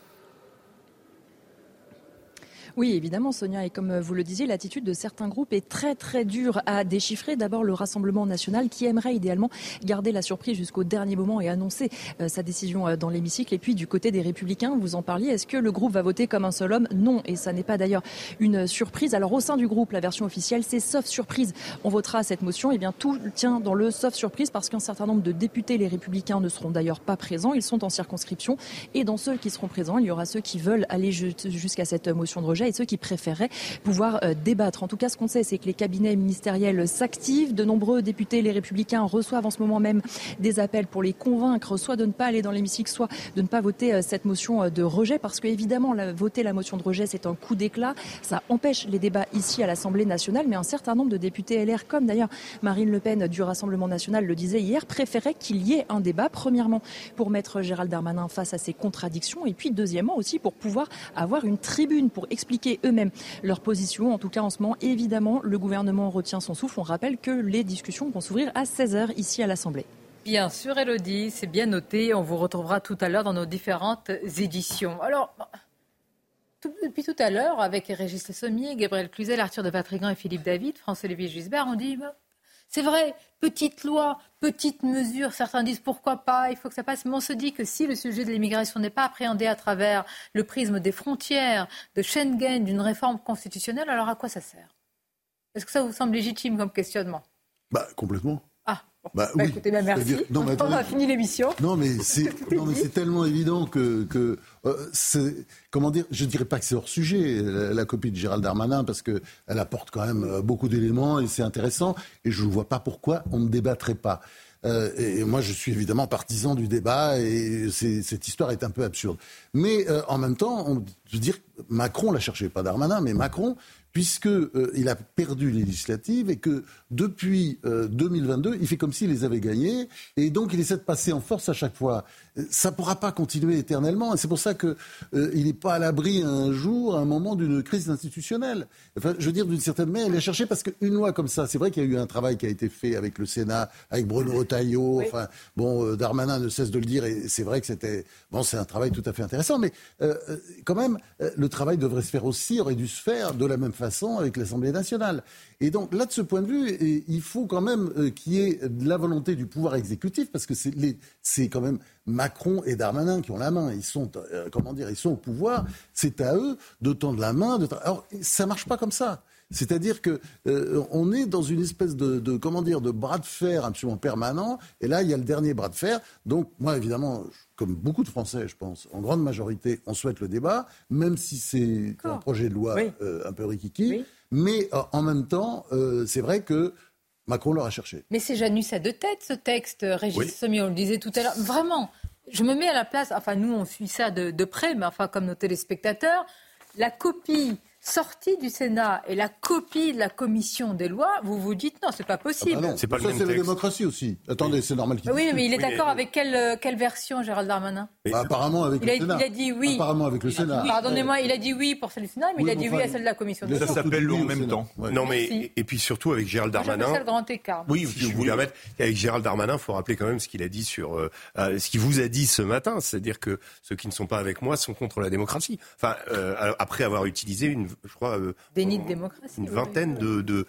Oui, évidemment, Sonia. Et comme vous le disiez, l'attitude de certains groupes est très, très dure à déchiffrer. D'abord, le Rassemblement national qui aimerait idéalement garder la surprise jusqu'au dernier moment et annoncer sa décision dans l'hémicycle. Et puis, du côté des Républicains, vous en parliez, est-ce que le groupe va voter comme un seul homme? Non, et ça n'est pas d'ailleurs une surprise. Alors, au sein du groupe, la version officielle, c'est sauf surprise. On votera cette motion. Eh bien, tout tient dans le sauf surprise parce qu'un certain nombre de députés, les Républicains, ne seront d'ailleurs pas présents. Ils sont en circonscription. Et dans ceux qui seront présents, il y aura ceux qui veulent aller jusqu'à cette motion de rejet et ceux qui préféreraient pouvoir débattre. En tout cas, ce qu'on sait, c'est que les cabinets ministériels s'activent. De nombreux députés, les Républicains, reçoivent en ce moment même des appels pour les convaincre, soit de ne pas aller dans l'hémicycle, soit de ne pas voter cette motion de rejet, parce que évidemment, voter la motion de rejet, c'est un coup d'éclat. Ça empêche les débats ici à l'Assemblée nationale, mais un certain nombre de députés LR, comme d'ailleurs Marine Le Pen du Rassemblement national le disait hier, préféraient qu'il y ait un débat, premièrement pour mettre Gérald Darmanin face à ses contradictions, et puis deuxièmement aussi pour pouvoir avoir une tribune pour expliquer eux-mêmes leur position. En tout cas, en ce moment, évidemment, le gouvernement retient son souffle. On rappelle que les discussions vont s'ouvrir à 16h ici à l'Assemblée. Bien sûr, Élodie, c'est bien noté. On vous retrouvera tout à l'heure dans nos différentes éditions. Alors, depuis tout à l'heure, avec Régis Le Sommier, Gabriel Cluzel, Arthur de Vatrigan et Philippe David, François-Olivier Gisbert, on dit... C'est vrai, petite loi, petite mesure, certains disent pourquoi pas, il faut que ça passe. Mais on se dit que si le sujet de l'immigration n'est pas appréhendé à travers le prisme des frontières, de Schengen, d'une réforme constitutionnelle, alors à quoi ça sert? Est-ce que ça vous semble légitime comme questionnement? Complètement. Oui. Écoutez, merci. On a fini l'émission. Non, mais c'est tellement évident que c'est, comment dire, je dirais pas que c'est hors sujet, la copie de Gérald Darmanin, parce qu'elle apporte quand même beaucoup d'éléments et c'est intéressant. Et je ne vois pas pourquoi on ne débattrait pas. Et moi, je suis évidemment partisan du débat et cette histoire est un peu absurde. Mais en même temps, je veux dire, Macron l'a cherché, pas Darmanin, mais Macron, puisqu'il a perdu les législatives et que depuis 2022, il fait comme s'il les avait gagnées et donc il essaie de passer en force à chaque fois. Ça ne pourra pas continuer éternellement et c'est pour ça qu'il n'est pas à l'abri un jour, à un moment d'une crise institutionnelle. Enfin, je veux dire, d'une certaine manière, il a cherché parce qu'une loi comme ça, c'est vrai qu'il y a eu un travail qui a été fait avec le Sénat, avec Bruno Retailleau, oui. Enfin, Darmanin ne cesse de le dire et c'est vrai que c'est un travail tout à fait intéressant, mais quand même, le travail devrait se faire aussi, aurait dû se faire de la même façon avec l'Assemblée nationale. Et donc là, de ce point de vue, il faut quand même qu'il y ait de la volonté du pouvoir exécutif, parce que c'est quand même Macron et Darmanin qui ont la main. Ils sont, ils sont au pouvoir. C'est à eux de tendre la main. Alors, ça marche pas comme ça. C'est-à-dire que on est dans une espèce de bras de fer absolument permanent. Et là, il y a le dernier bras de fer. Donc, moi, évidemment, comme beaucoup de Français, je pense, en grande majorité, on souhaite le débat, même si c'est un projet de loi un peu rikiki. Oui. Mais en même temps, c'est vrai que Macron l'aura cherché. Mais c'est Janus à deux têtes, ce texte, Régis Sommier, on le disait tout à l'heure. Vraiment, je me mets à la place, enfin nous on suit ça de près, mais enfin comme nos téléspectateurs, la copie sortie du Sénat et la copie de la commission des lois, vous vous dites non, c'est pas possible. Non, c'est pas le même texte. C'est la démocratie aussi. Attendez, c'est normal qu'il Oui, mais il est d'accord avec quelle version, Gérald Darmanin? Apparemment avec le Sénat. Il a dit oui. Apparemment avec le Sénat. Pardonnez-moi, il a dit oui pour celle du Sénat, mais il a dit oui à celle de la commission des lois. Ça s'appelle le en même temps. Non, mais et puis surtout avec Gérald Darmanin. C'est le grand écart. Oui, si je vous permettre, avec Gérald Darmanin, il faut rappeler quand même ce qu'il a dit sur ce qu'il vous a dit ce matin, c'est-à-dire que ceux qui ne sont pas avec moi sont contre la démocratie. Enfin, après avoir utilisé je crois, déni de démocratie, une vingtaine de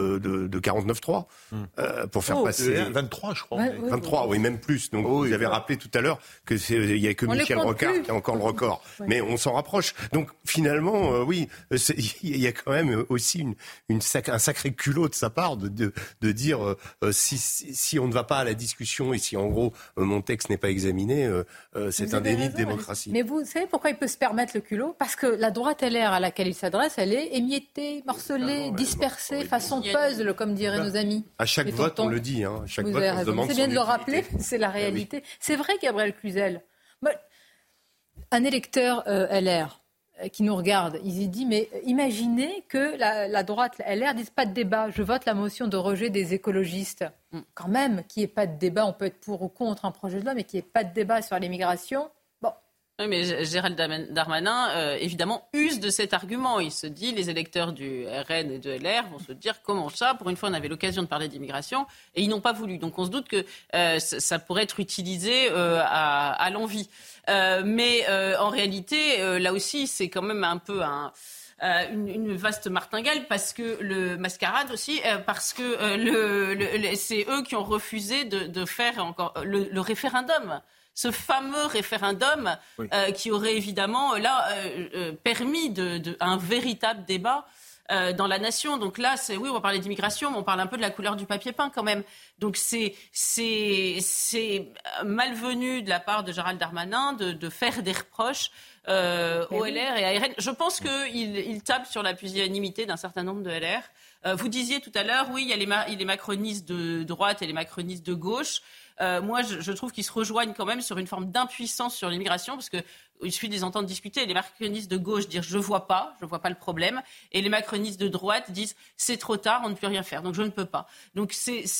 49.3 pour faire passer 23, je crois. 23, oui, même plus. Donc vous avez rappelé tout à l'heure que il y a que Michel Rocard qui a encore le record, mais on s'en rapproche. Donc finalement, oui, il y a quand même aussi un sacré culot de sa part de dire si on ne va pas à la discussion et si en gros mon texte n'est pas examiné, c'est un déni de démocratie. Mais vous savez pourquoi il peut se permettre le culot? Parce que la droite LR à laquelle il s'adresse, elle est émiettée, morcelée, dispersée, façon puzzle, comme diraient nos amis. À chaque vote, on le dit. À chaque vote, on se demande. C'est bien de le rappeler, c'est la réalité. C'est vrai, Gabriel Cluzel. Un électeur LR qui nous regarde, il se dit, mais imaginez que la droite LR dise pas de débat, je vote la motion de rejet des écologistes. Quand même, qu'il n'y ait pas de débat, on peut être pour ou contre un projet de loi, mais qu'il n'y ait pas de débat sur l'immigration. Oui, mais Gérald Darmanin, évidemment, use de cet argument. Il se dit, les électeurs du RN et de LR vont se dire, comment ça? Pour une fois, on avait l'occasion de parler d'immigration et ils n'ont pas voulu. Donc on se doute que ça pourrait être utilisé à l'envi. Mais en réalité, là aussi, c'est quand même un peu une vaste martingale parce que le mascarade aussi, parce que c'est eux qui ont refusé de faire encore le référendum. Ce fameux référendum qui aurait évidemment permis un véritable débat dans la nation. Donc là, oui, on va parler d'immigration, mais on parle un peu de la couleur du papier peint quand même. Donc c'est malvenu de la part de Gérald Darmanin de faire des reproches au LR et à RN. Je pense qu'il tape sur la pusillanimité d'un certain nombre de LR. Vous disiez tout à l'heure, oui, il y a les macronistes de droite et les macronistes de gauche. Moi, je trouve qu'ils se rejoignent quand même sur une forme d'impuissance sur l'immigration, parce que il suffit de les entendre discuter. Les macronistes de gauche disent je vois pas le problème, et les macronistes de droite disent c'est trop tard, on ne peut rien faire, donc je ne peux pas. Donc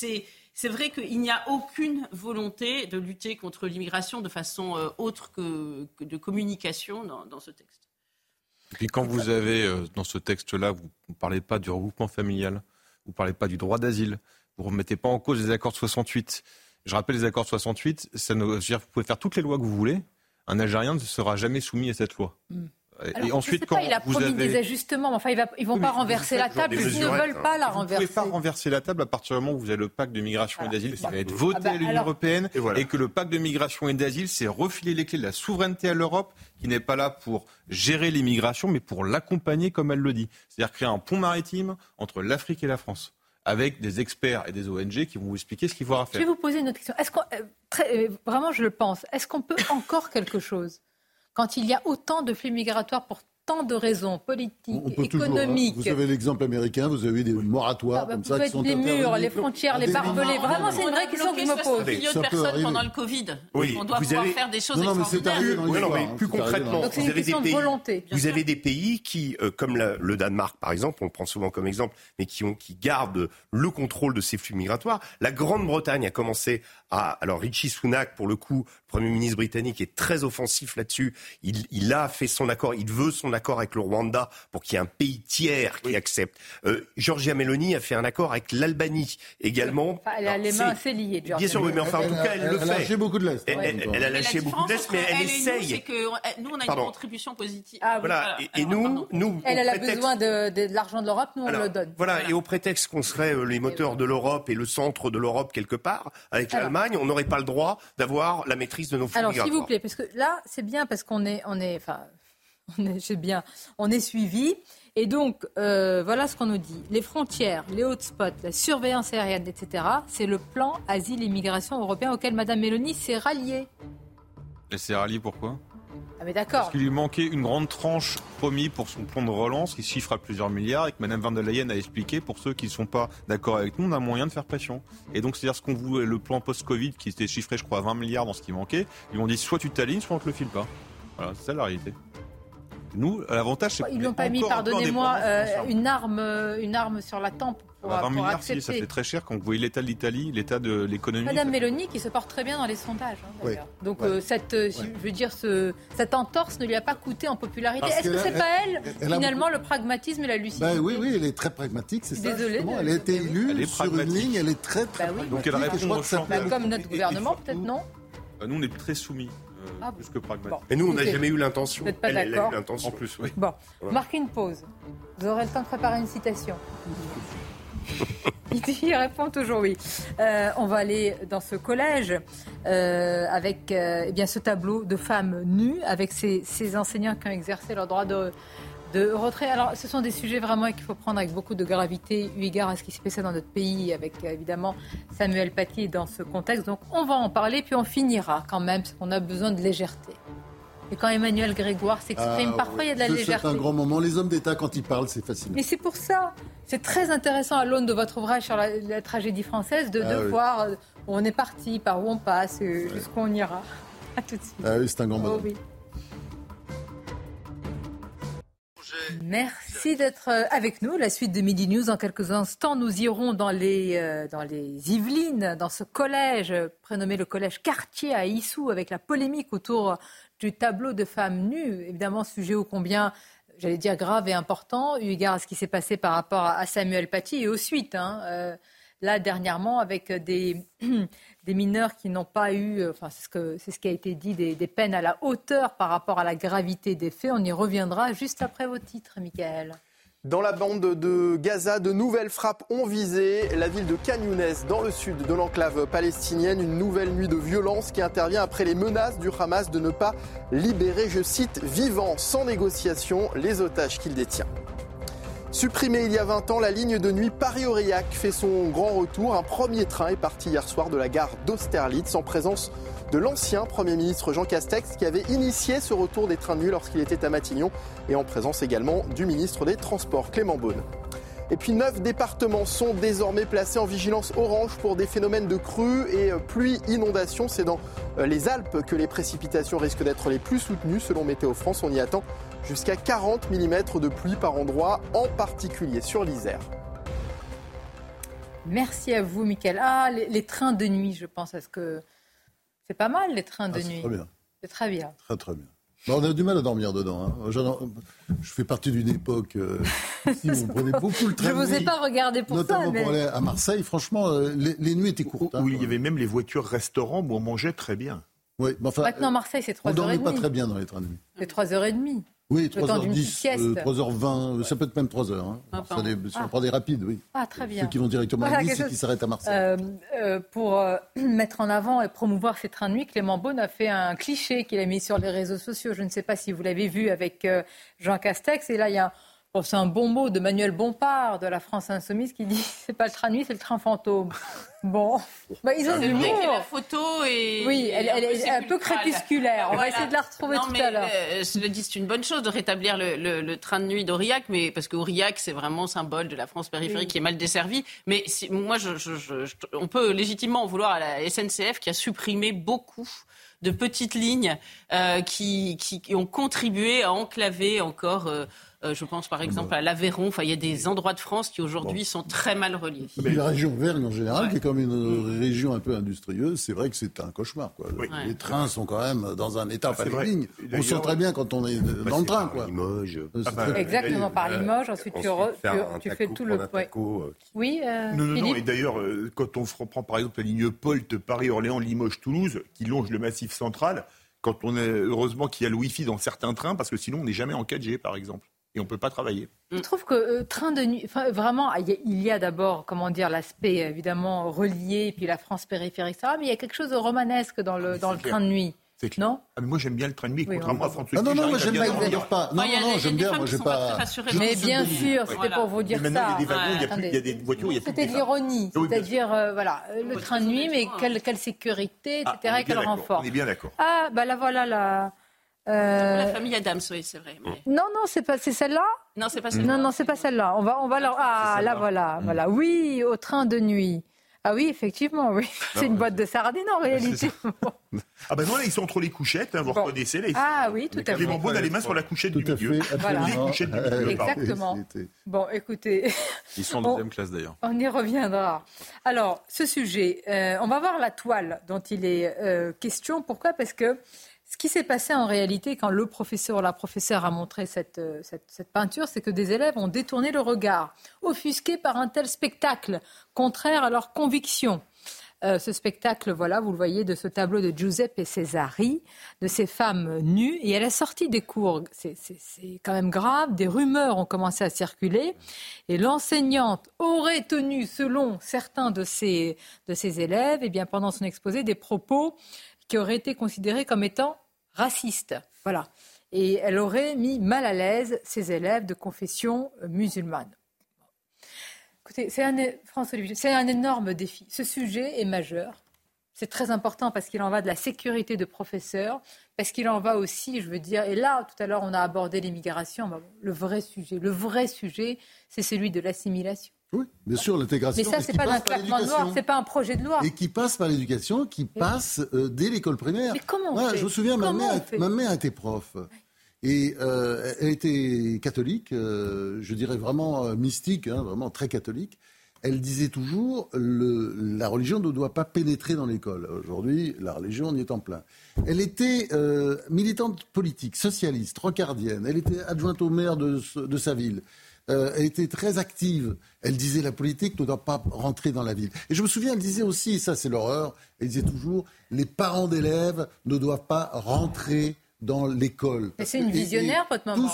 c'est vrai qu'il n'y a aucune volonté de lutter contre l'immigration de façon autre que de communication dans ce texte. Et puis quand vous avez dans ce texte-là, vous ne parlez pas du regroupement familial, vous ne parlez pas du droit d'asile, vous ne remettez pas en cause les accords de 68. Je rappelle les accords de 68, vous pouvez faire toutes les lois que vous voulez, un Algérien ne sera jamais soumis à cette loi. Alors, et ensuite, quand il a promis des ajustements, enfin, ils vont pas renverser la table, ils ne veulent pas la renverser. Vous ne pouvez pas renverser la table à partir du moment où vous avez le pacte de migration et d'asile qui va être voté à l'Union européenne et que le pacte de migration et d'asile, c'est refiler les clés de la souveraineté à l'Europe, qui n'est pas là pour gérer l'immigration, mais pour l'accompagner comme elle le dit. C'est-à-dire créer un pont maritime entre l'Afrique et la France, avec des experts et des ONG qui vont vous expliquer ce qu'il faudra faire. Je vais vous poser une autre question. Vraiment, je le pense. Est-ce qu'on peut encore quelque chose quand il y a autant de flux migratoires pour tant de raisons politiques, économiques? Vous avez l'exemple américain, vous avez des moratoires comme ça qui sont des murs, les frontières, les barbelés. Vraiment, c'est une vraie question que je me pose. 60 millions de personnes pendant le Covid. Oui, on doit pouvoir faire des choses extraordinaires. Mais plus concrètement, donc c'est une question de volonté. Vous avez des pays qui, comme le Danemark par exemple, on le prend souvent comme exemple, mais qui gardent le contrôle de ces flux migratoires. La Grande-Bretagne a commencé alors Rishi Sunak, pour le coup, le Premier ministre britannique, est très offensif là-dessus. Il a fait son accord, il veut son accord avec le Rwanda pour qu'il y ait un pays tiers qui accepte. Giorgia Meloni a fait un accord avec l'Albanie également. Elle a les mains assez liées, Giorgia. Bien sûr, oui, mais enfin, en tout cas, elle le fait. Elle a lâché beaucoup de l'Est. Elle a lâché beaucoup de l'Est, mais elle essaye. C'est que nous, on a une contribution positive. Voilà. Et nous, elle a besoin de l'argent de l'Europe, nous, on le donne. Voilà. Et au prétexte qu'on serait les moteurs de l'Europe et le centre de l'Europe quelque part, avec l'Allemagne, on n'aurait pas le droit d'avoir la maîtrise de nos flux migratoires. Alors, s'il vous plaît, parce que là, c'est bien parce qu'on est suivi. Et donc, voilà ce qu'on nous dit. Les frontières, les hotspots, la surveillance aérienne, etc., c'est le plan asile-immigration européen auquel Mme Meloni s'est ralliée. Elle s'est ralliée pourquoi ? Ah mais d'accord. Parce qu'il lui manquait une grande tranche promise pour son plan de relance qui chiffre à plusieurs milliards et que Mme van der Leyen a expliqué pour ceux qui ne sont pas d'accord avec nous, on a moyen de faire pression. Et donc c'est-à-dire ce qu'on voulait, le plan post-Covid qui était chiffré je crois à 20 milliards dans ce qui manquait, ils m'ont dit soit tu t'alignes, soit on te le file pas. Voilà, c'est ça la réalité. Nous, l'avantage, c'est Ils n'ont pas mis, pardonnez-moi, une arme sur la tempe pour 20 milliards, accepter. ça fait très cher quand vous voyez l'état de l'Italie, l'état de l'économie. Madame Meloni qui se porte très bien dans les sondages. D'ailleurs. Donc je veux dire, cette entorse ne lui a pas coûté en popularité. Est-ce que c'est pas elle, finalement, le pragmatisme et la lucidité? Oui, elle est très pragmatique, c'est ça. Désolée. Elle a été élue sur une ligne, elle est très pragmatique. Donc elle répond au champ. Comme notre gouvernement, peut-être non. Nous, on est très soumis. Plus que pragmatique. Bon. Et nous, on n'a jamais eu l'intention. Vous n'êtes pas d'accord. Elle a eu l'intention. En plus, oui. Bon, marquez une pause. Vous aurez le temps de préparer une citation. Il répond toujours oui. On va aller dans ce collège avec ce tableau de femmes nues, avec ces enseignants qui ont exercé leur droit de retrait. Alors, ce sont des sujets vraiment qu'il faut prendre avec beaucoup de gravité, eu égard à ce qui s'est passé dans notre pays, avec évidemment Samuel Paty dans ce contexte. Donc, on va en parler, puis on finira quand même, parce qu'on a besoin de légèreté. Et quand Emmanuel Grégoire s'exprime, parfois il y a de la légèreté. C'est un grand moment. Les hommes d'État, quand ils parlent, c'est fascinant. Mais c'est pour ça. C'est très intéressant à l'aune de votre ouvrage sur la tragédie française de voir où on est parti, par où on passe, jusqu'où on ira. À tout de suite. Oui, c'est un grand moment. Oui. Merci d'être avec nous. La suite de Midi News. Dans quelques instants, nous irons dans les Yvelines, dans ce collège, prénommé le collège Cartier à Issou, avec la polémique autour du tableau de femmes nues. Évidemment, sujet ô combien, j'allais dire, grave et important, eu égard à ce qui s'est passé par rapport à Samuel Paty et aux suites. Là, dernièrement, avec des mineurs qui n'ont pas eu, c'est ce qui a été dit, des peines à la hauteur par rapport à la gravité des faits. On y reviendra juste après vos titres, Mickaël. Dans la bande de Gaza, de nouvelles frappes ont visé la ville de Khan Younes, dans le sud de l'enclave palestinienne. Une nouvelle nuit de violence qui intervient après les menaces du Hamas de ne pas libérer, je cite, vivants, sans négociation, les otages qu'il détient. Supprimée il y a 20 ans, la ligne de nuit Paris-Aurillac fait son grand retour. Un premier train est parti hier soir de la gare d'Austerlitz en présence de l'ancien Premier ministre Jean Castex qui avait initié ce retour des trains de nuit lorsqu'il était à Matignon et en présence également du ministre des Transports Clément Beaune. Et puis 9 départements sont désormais placés en vigilance orange pour des phénomènes de crues et pluies inondations. C'est dans les Alpes que les précipitations risquent d'être les plus soutenues. Selon Météo France, on y attend jusqu'à 40 mm de pluie par endroit, en particulier sur l'Isère. Merci à vous, Mickaël. Les trains de nuit, je pense. Est-ce que c'est pas mal, les trains de nuit? Très bien. C'est très bien. Très, très bien. On a du mal à dormir dedans. Je fais partie d'une époque ici où on prenait beaucoup le train. Je ne vous ai pas regardé pour notamment ça. Notamment pour aller à Marseille. Franchement, les nuits étaient courtes. Où il y avait même les voitures-restaurants où on mangeait très bien. Oui, mais enfin, maintenant, Marseille, c'est 3h30. On ne dormait pas très bien dans les trains de nuit. C'est 3h30. Oui, 3h10, 3h20, ça peut être même 3h. Si on prend des rapides, oui. Ah, très bien. Ceux qui vont directement à Nice et qui s'arrêtent à Marseille. Pour mettre en avant et promouvoir ces trains de nuit, Clément Beaune a fait un cliché qu'il a mis sur les réseaux sociaux. Je ne sais pas si vous l'avez vu avec Jean Castex. Et là, il y a c'est un bon mot de Manuel Bompard de la France Insoumise qui dit c'est pas le train de nuit, c'est le train fantôme. Bon, ils ont de l'humour. La photo est... Oui, elle est un peu crépusculaire. On va essayer de la retrouver tout à l'heure. Cela dit, c'est une bonne chose de rétablir le train de nuit d'Aurillac, mais parce qu'Aurillac, c'est vraiment symbole de la France périphérique qui est mal desservie. Mais moi, on peut légitimement en vouloir à la SNCF qui a supprimé beaucoup de petites lignes qui ont contribué à enclaver encore... je pense par exemple à l'Aveyron. Enfin, il y a des endroits de France qui aujourd'hui sont très mal reliés. Mais la région Auvergne en général, qui est comme une région un peu industrieuse, c'est vrai que c'est un cauchemar. Oui. Les trains sont quand même dans un état pas les lignes. On sent très bien quand on est dans le train. Limoges. Exactement, par Limoges. Ensuite, tu fais tout le... Oui, Non. Et d'ailleurs, quand on prend par exemple la ligne Polt, Paris-Orléans, Limoges-Toulouse, qui longe le Massif central, quand on est heureusement qu'il y a le Wi-Fi dans certains trains, parce que sinon on n'est jamais en 4G, par exemple. Et on ne peut pas travailler. Je trouve que train de nuit, vraiment, il y a d'abord, l'aspect évidemment relié, puis la France périphérique, etc. Mais il y a quelque chose de romanesque dans le train de nuit. Non ? Mais moi j'aime bien le train de nuit, contrairement à François. Non, moi j'aime pas. Non, j'aime bien. Moi j'ai pas. Mais bien sûr, c'était pour vous dire ça. Il y a des voitures, il y a plus. C'était de l'ironie, c'est-à-dire le train de nuit, mais quelle sécurité, etc. Quel renfort. On est bien d'accord. Ah, là voilà la. La famille Adams, oui, c'est vrai. Mais... Non, c'est celle-là. Non, c'est pas celle-là. Non, c'est pas celle-là. On va là voilà. Oui, au train de nuit. Ah oui, effectivement, oui. C'est une boîte de sardines en réalité. Ah ben non, là, ils sont entre les couchettes, vous reconnaissez. Là, ah oui, tout à fait. Clément Beaune a les mains sur la couchette du milieu. Voilà. Les couchettes du milieu. Exactement. Bon, écoutez... Ils sont en deuxième classe d'ailleurs. On y reviendra. Alors, ce sujet, on va voir la toile dont il est question. Pourquoi ? Parce que ce qui s'est passé en réalité quand la professeure a montré cette peinture, c'est que des élèves ont détourné le regard, offusqués par un tel spectacle, contraire à leurs convictions. Ce spectacle, voilà, vous le voyez, de ce tableau de Giuseppe Cesari, de ces femmes nues. Et à la sortie des cours, c'est quand même grave, des rumeurs ont commencé à circuler. Et l'enseignante aurait tenu, selon certains de ses élèves, eh bien, pendant son exposé, des propos qui auraient été considérés comme étant racistes. Voilà. Et elle aurait mis mal à l'aise ses élèves de confession musulmane. Écoutez, François-Olivier, c'est un énorme défi. Ce sujet est majeur. C'est très important parce qu'il en va de la sécurité de professeurs, parce qu'il en va aussi, je veux dire, et là, tout à l'heure, on a abordé l'immigration. Le vrai sujet, c'est celui de l'assimilation. Oui, bien sûr, l'intégration. Mais ça, c'est pas d'un claquement de noir, c'est pas un projet de loi. Et qui passe par l'éducation, qui passe dès l'école primaire. Mais comment on fait ? Je me souviens, ma mère était prof. Et elle était catholique, je dirais vraiment mystique, vraiment très catholique. Elle disait toujours la religion ne doit pas pénétrer dans l'école. Aujourd'hui, la religion, on y est en plein. Elle était militante politique, socialiste, rocardienne. Elle était adjointe au maire de sa ville. Elle était très active. Elle disait la politique ne doit pas rentrer dans la ville. Et je me souviens, elle disait aussi, et ça c'est l'horreur, elle disait toujours, les parents d'élèves ne doivent pas rentrer dans l'école. Mais c'est une visionnaire, votre maman.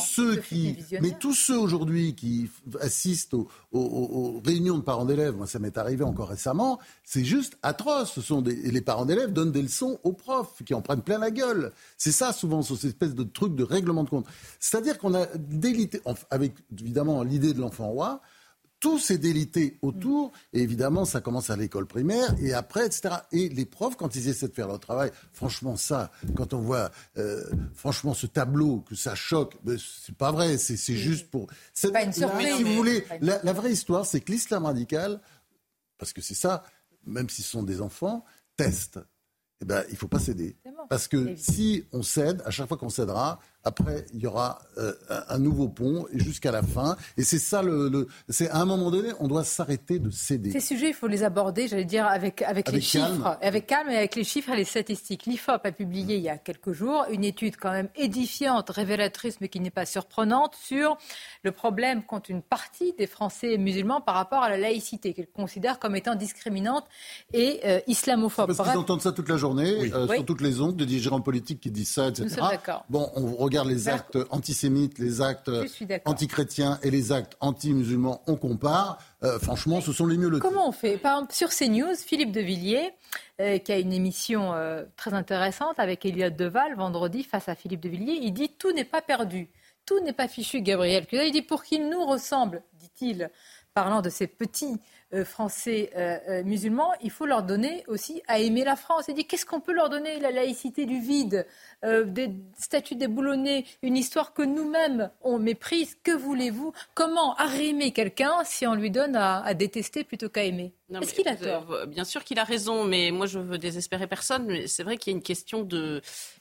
Tous ceux aujourd'hui qui assistent aux réunions de parents d'élèves, moi ça m'est arrivé encore récemment, c'est juste atroce. Les parents d'élèves donnent des leçons aux profs qui en prennent plein la gueule. C'est ça souvent, cette espèce de truc de règlement de compte. C'est-à-dire qu'on a délité, avec évidemment l'idée de l'enfant roi, tous ces délités autour, et évidemment, ça commence à l'école primaire, et après, etc. Et les profs, quand ils essaient de faire leur travail, franchement, ça, quand on voit, franchement, ce tableau, que ça choque, c'est pas vrai, c'est juste pour... C'est pas une surprise. Si vous voulez, la vraie histoire, c'est que l'islam radical, parce que c'est ça, même si ce sont des enfants, teste. Eh ben, il ne faut pas céder. Parce que si on cède, à chaque fois qu'on cédera, après, il y aura un nouveau pont jusqu'à la fin. Et c'est ça, c'est à un moment donné, on doit s'arrêter de céder. Ces sujets, il faut les aborder, j'allais dire, avec les chiffres. Avec calme et avec les chiffres et les statistiques. L'IFOP a publié il y a quelques jours une étude quand même édifiante, révélatrice, mais qui n'est pas surprenante, sur le problème qu'ont une partie des Français musulmans par rapport à la laïcité, qu'ils considèrent comme étant discriminante et islamophobe. Parce qu'ils entendent ça toute la journée, sur toutes les ondes, de dirigeants politiques qui disent ça, etc. Nous sommes d'accord. Bon, on regarde les actes antisémites, les actes antichrétiens et les actes anti-musulmans, on compare. Franchement, ce sont les mieux lotis. Comment on fait ? Par exemple, sur CNews, Philippe de Villiers, qui a une émission très intéressante avec Elliot Deval, vendredi, face à Philippe de Villiers, il dit « Tout n'est pas perdu, tout n'est pas fichu, Gabriel ». Il dit « Pour qu'il nous ressemble, dit-il, parlant de ces petits Français musulmans, il faut leur donner aussi à aimer la France. » Il dit, qu'est-ce qu'on peut leur donner ? La laïcité du vide, des statuts déboulonnés, une histoire que nous-mêmes on méprise. Que voulez-vous ? Comment arrimer quelqu'un si on lui donne à détester plutôt qu'à aimer ? Est-ce qu'il a tort ? Bien sûr qu'il a raison, mais moi je veux désespérer personne. Mais c'est vrai qu'il y a une question de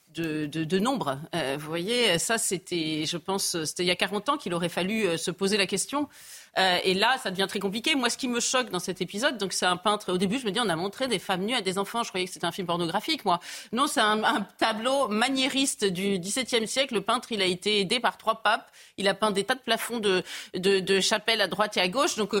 nombre. Vous voyez, ça c'était, je pense, c'était il y a 40 ans qu'il aurait fallu se poser la question. Et là, ça devient très compliqué. Moi, ce qui me choque dans cet épisode, donc c'est un peintre. Au début, je me dis, on a montré des femmes nues à des enfants. Je croyais que c'était un film pornographique, moi. Non, c'est un tableau maniériste du XVIIe siècle. Le peintre, il a été aidé par 3 papes. Il a peint des tas de plafonds de chapelles à droite et à gauche. Donc,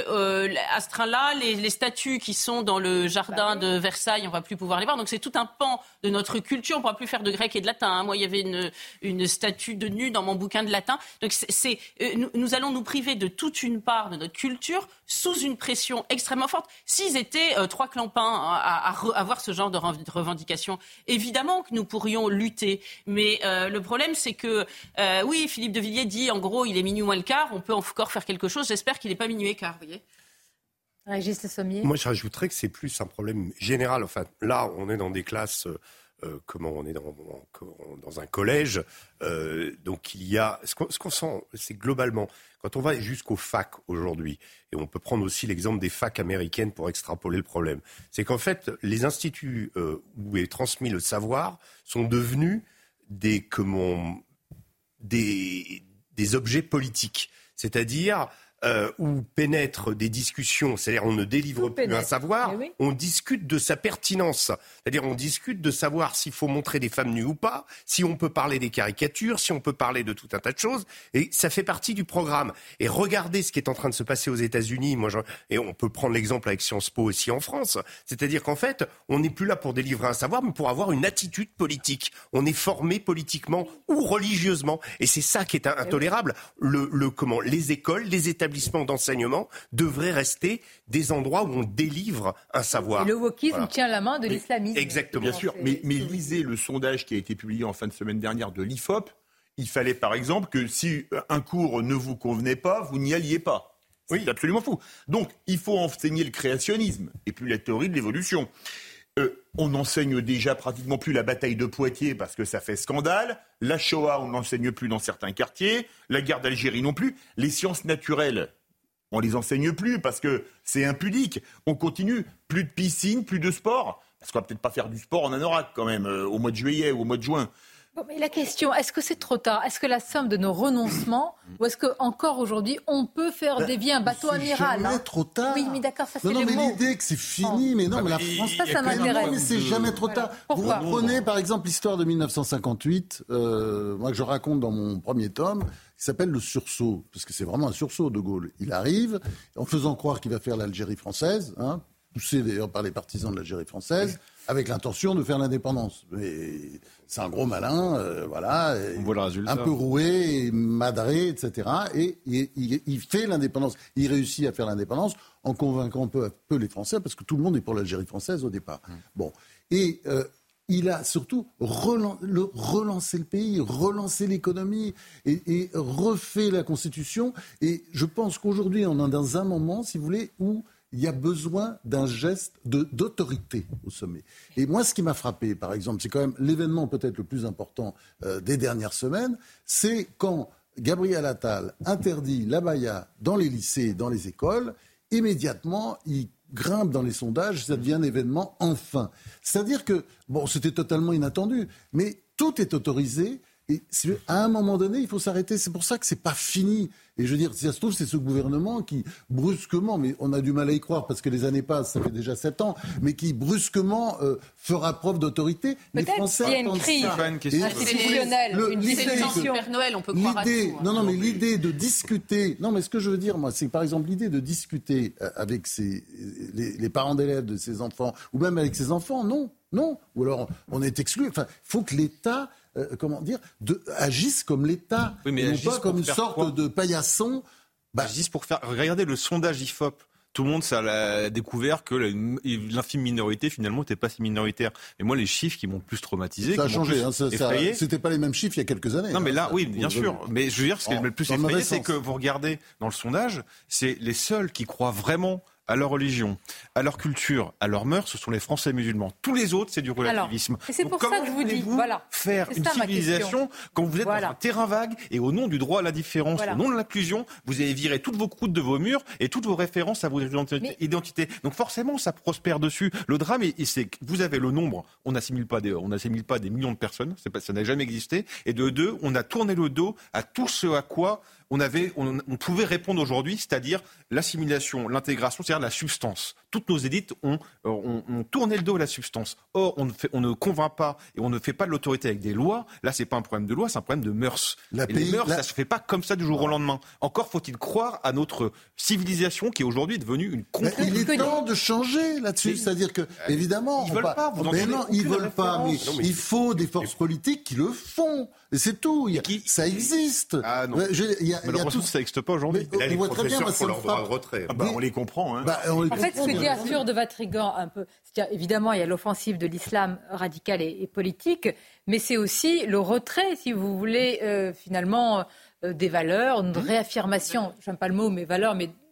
à ce train-là, les statues qui sont dans le jardin de Versailles, on va plus pouvoir les voir. Donc, c'est tout un pan de notre culture. On pourra plus faire de grec et de latin. Moi, il y avait une statue de nu dans mon bouquin de latin. Donc, nous allons nous priver de toute une part de notre culture sous une pression extrêmement forte. S'ils étaient 3 clampins à avoir ce genre de revendication, évidemment que nous pourrions lutter. Mais le problème, c'est que, oui, Philippe de Villiers dit, en gros, il est minuit moins le quart, on peut encore faire quelque chose. J'espère qu'il n'est pas minuit et quart, vous voyez. Régis Le Sommier. Moi, je rajouterais que c'est plus un problème général. Enfin, là, on est dans des classes on est dans un collège, donc il y a ce qu'on sent, c'est globalement quand on va jusqu'aux facs aujourd'hui, et on peut prendre aussi l'exemple des facs américaines pour extrapoler le problème, c'est qu'en fait les instituts où est transmis le savoir sont devenus des objets politiques, c'est-à-dire où pénètrent des discussions, c'est-à-dire on ne délivre plus un savoir, on discute de sa pertinence. C'est-à-dire on discute de savoir s'il faut montrer des femmes nues ou pas, si on peut parler des caricatures, si on peut parler de tout un tas de choses, et ça fait partie du programme. Et regardez ce qui est en train de se passer aux États-Unis, et on peut prendre l'exemple avec Sciences Po aussi en France, c'est-à-dire qu'en fait, on n'est plus là pour délivrer un savoir, mais pour avoir une attitude politique. On est formé politiquement ou religieusement, et c'est ça qui est intolérable. Les écoles, les établissements d'enseignement devraient rester des endroits où on délivre un savoir. Et le wokisme tient la main de l'islamisme. Exactement. Bien sûr, mais lisez le sondage qui a été publié en fin de semaine dernière de l'IFOP. Il fallait par exemple que si un cours ne vous convenait pas, vous n'y alliez pas. C'est absolument fou. Donc il faut enseigner le créationnisme et puis la théorie de l'évolution. On n'enseigne déjà pratiquement plus la bataille de Poitiers parce que ça fait scandale. La Shoah, on n'enseigne plus dans certains quartiers. La guerre d'Algérie non plus. Les sciences naturelles, on les enseigne plus parce que c'est impudique. On continue. Plus de piscine, plus de sport. Parce qu'on va peut-être pas faire du sport en anorak quand même au mois de juillet ou au mois de juin. Bon, mais la question, est-ce que c'est trop tard ? Est-ce que la somme de nos renoncements, ou est-ce qu'encore aujourd'hui, on peut faire dévier un bateau amiral ? C'est jamais trop tard. Oui, mais d'accord, ça c'est les mots. Non, mais l'idée que c'est fini, mais non, mais la France... Ça m'intéresse. Mais c'est jamais trop tard. Vous reprenez, par exemple, l'histoire de 1958, moi que je raconte dans mon premier tome, qui s'appelle le sursaut, parce que c'est vraiment un sursaut, De Gaulle. Il arrive, en faisant croire qu'il va faire l'Algérie française, poussé d'ailleurs par les partisans de l'Algérie française, avec l'intention de faire l'indépendance. Mais c'est un gros malin, voilà, un peu roué, madré, etc. Et il fait l'indépendance. Il réussit à faire l'indépendance en convainquant un peu les Français, parce que tout le monde est pour l'Algérie française au départ. Bon, et il a surtout relancé le pays, relancé l'économie et refait la Constitution. Et je pense qu'aujourd'hui, on est dans un moment, si vous voulez, où il y a besoin d'un geste d'autorité au sommet. Et moi, ce qui m'a frappé, par exemple, c'est quand même l'événement peut-être le plus important des dernières semaines, c'est quand Gabriel Attal interdit l'abaya dans les lycées, dans les écoles, immédiatement, il grimpe dans les sondages, ça devient un événement enfin. C'est-à-dire que, bon, c'était totalement inattendu, mais tout est autorisé. Et à un moment donné, il faut s'arrêter. C'est pour ça que c'est pas fini. Et je veux dire, si ça se trouve, c'est ce gouvernement qui, brusquement, mais on a du mal à y croire parce que les années passent, ça fait déjà 7 ans, mais qui, brusquement, fera preuve d'autorité. Peut-être qu'il y a une crise institutionnelle, une discussion. Père Noël, on peut croire à tout. Non, mais l'idée de discuter... Non, mais ce que je veux dire, moi, c'est par exemple l'idée de discuter avec les parents d'élèves de ses enfants, ou même avec ses enfants, non. Ou alors, on est exclu. Enfin, il faut que l'État... agissent comme l'État, et non pas comme une sorte de paillasson. Agissent pour faire... Regardez le sondage IFOP. Tout le monde a découvert que l'infime minorité, finalement, n'était pas si minoritaire. Mais moi, les chiffres qui m'ont plus traumatisé, ça a changé. C'était pas les mêmes chiffres il y a quelques années. Non, mais là, oui, bien sûr. Mais je veux dire, ce qui est le plus effrayé, c'est que vous regardez dans le sondage, c'est les seuls qui croient vraiment à leur religion, à leur culture, à leurs mœurs, ce sont les Français musulmans. Tous les autres, c'est du relativisme. Alors, et c'est pour ça que je vous dis, voilà, faire une civilisation quand vous êtes dans un terrain vague et au nom du droit à la différence, au nom de l'inclusion, vous avez viré toutes vos croûtes de vos murs et toutes vos références à votre identité. Donc forcément, ça prospère dessus. Le drame, c'est que vous avez le nombre, on n'assimile pas des millions de personnes, ça n'a jamais existé, et de deux, on a tourné le dos à tout ce à quoi on pouvait répondre aujourd'hui, c'est-à-dire l'assimilation, l'intégration, c'est-à-dire la substance. Toutes nos élites ont tourné le dos à la substance. Or, on ne convainc pas et on ne fait pas de l'autorité avec des lois. Là, c'est pas un problème de loi, c'est un problème de mœurs. Les mœurs, ça se fait pas comme ça du jour au lendemain. Encore faut-il croire à notre civilisation qui est aujourd'hui devenue une complète... Il est temps de changer là-dessus. C'est-à-dire que, évidemment... Ils veulent pas. Mais non, ils veulent pas. Mais il faut des forces politiques qui le font. Et c'est tout. Ça existe. Ah non. Malheureusement, ça n'existe pas aujourd'hui. Là, les professeurs font leur droit de retrait. On les comprend. En fait, ce que dit Arthur de Vatrigan, un peu, c'est-à-dire, évidemment, il y a l'offensive de l'islam radical et politique, mais c'est aussi le retrait, si vous voulez, finalement, des valeurs, une réaffirmation, j'aime pas le mot, mais valeurs, mais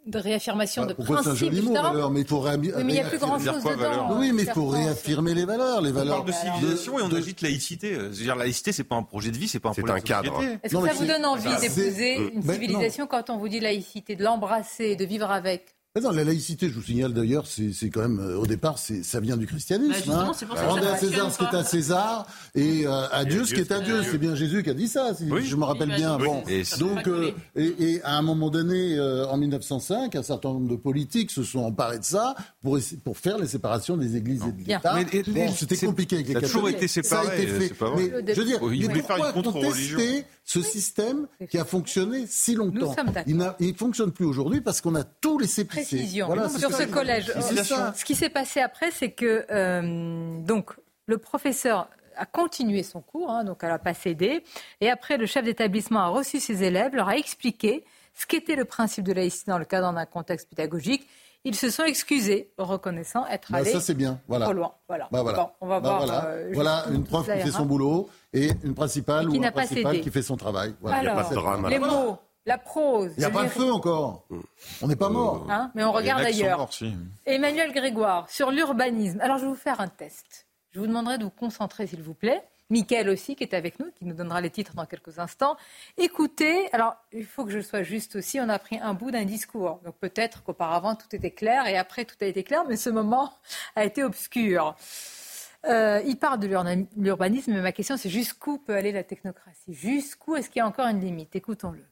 de réaffirmation de Pourquoi principes, c'est un joli mot, valeur, mais il faut oui, mais il n'y a plus grand-chose dedans. Oui, mais il faut réaffirmer les valeurs. On parle de civilisation et on agite laïcité. C'est-à-dire, laïcité, c'est pas un projet de vie, c'est pas un projet de cadre. société. Est-ce que ça vous donne envie d'épouser une civilisation quand on vous dit laïcité, de l'embrasser, de vivre avec? Non, la laïcité, je vous signale d'ailleurs, c'est quand même, au départ, ça vient du christianisme. Rendez à César ce qui est à César et à Dieu ce qui est à Dieu. C'est bien Jésus qui a dit ça, si je me rappelle bien. Bon. Donc, et à un moment donné, en 1905, un certain nombre de politiques se sont emparés de ça pour faire les séparations des églises et de l'État. Bon, c'était compliqué avec les catholiques. Ça a toujours été séparé. Ça a été fait. Mais je veux dire, pourquoi contester ce système qui a fonctionné si longtemps? Il ne fonctionne plus aujourd'hui parce qu'on a tous les séparés. Voilà, sur ce collège. Ce qui s'est passé après, c'est que donc le professeur a continué son cours, donc elle n'a pas cédé. Et après, le chef d'établissement a reçu ses élèves, leur a expliqué ce qu'était le principe de laïcité dans le cadre d'un contexte pédagogique. Ils se sont excusés, reconnaissant être allés ça, c'est bien. Voilà. trop loin. Voilà. Bon, on va voir. Voilà une prof qui fait son boulot et une principale ou un principal qui fait son travail. Voilà. Alors, les mots. La prose. Il n'y a pas le feu encore. On n'est pas mort. Mais on regarde ailleurs. Emmanuel Grégoire, sur l'urbanisme. Alors, je vais vous faire un test. Je vous demanderai de vous concentrer, s'il vous plaît. Mickaël aussi, qui est avec nous, qui nous donnera les titres dans quelques instants. Écoutez, alors, il faut que je sois juste aussi. On a pris un bout d'un discours. Donc, peut-être qu'auparavant, tout était clair et après, tout a été clair. Mais ce moment a été obscur. Il parle de l'urbanisme. Mais ma question, c'est jusqu'où peut aller la technocratie? Jusqu'où est-ce qu'il y a encore une limite? Écoutons-le.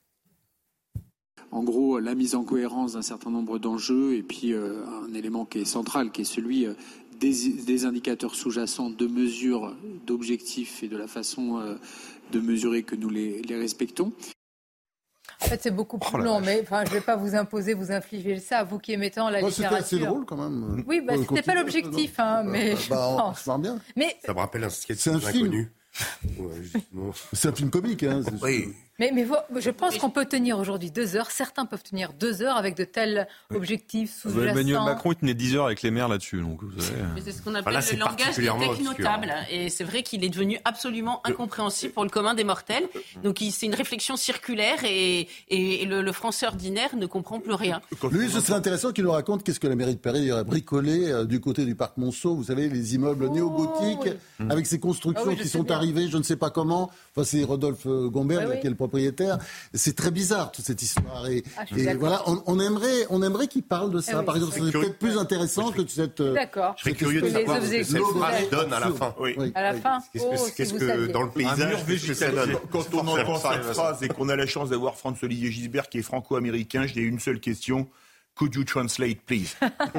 En gros, la mise en cohérence d'un certain nombre d'enjeux et puis un élément qui est central, qui est celui des indicateurs sous-jacents de mesure, d'objectifs et de la façon de mesurer que nous les respectons. En fait, c'est beaucoup plus long, mais je ne vais pas vous imposer, vous infliger ça, vous qui aimez tant la littérature. C'était assez drôle quand même. Oui, c'était pas l'objectif, mais on se marre bien. Mais ça me rappelle un sketch c'est un film inconnu. C'est un film comique, Oui. Mais je pense qu'on peut tenir aujourd'hui 2 heures. Certains peuvent tenir 2 heures avec de tels objectifs sous-jacents. Emmanuel Macron, il tenait 10 heures avec les maires là-dessus. Donc, vous savez. Mais c'est ce qu'on appelle le langage des technotables. Et c'est vrai qu'il est devenu absolument incompréhensible pour le commun des mortels. Donc c'est une réflexion circulaire et le français ordinaire ne comprend plus rien. Lui, ce serait intéressant qu'il nous raconte qu'est-ce que la mairie de Paris aurait bricolé du côté du parc Monceau. Vous savez, les immeubles néo-gothiques avec ces constructions qui sont arrivées, je ne sais pas comment. Enfin, c'est Rodolphe Gomberg qui est le propriétaire. C'est très bizarre toute cette histoire. Et voilà, on aimerait qu'il parle de ça. Par exemple, ce serait peut-être plus intéressant que cette. D'accord. Je serais curieux de savoir ce que cette phrase donne à la fin. À la fin. Qu'est-ce que dans le paysage, qu'est-ce que ça donne? Quand on entend cette phrase et qu'on a la chance d'avoir Franz-Olivier Gisbert qui est franco-américain, j'ai une seule question. Could you translate, please?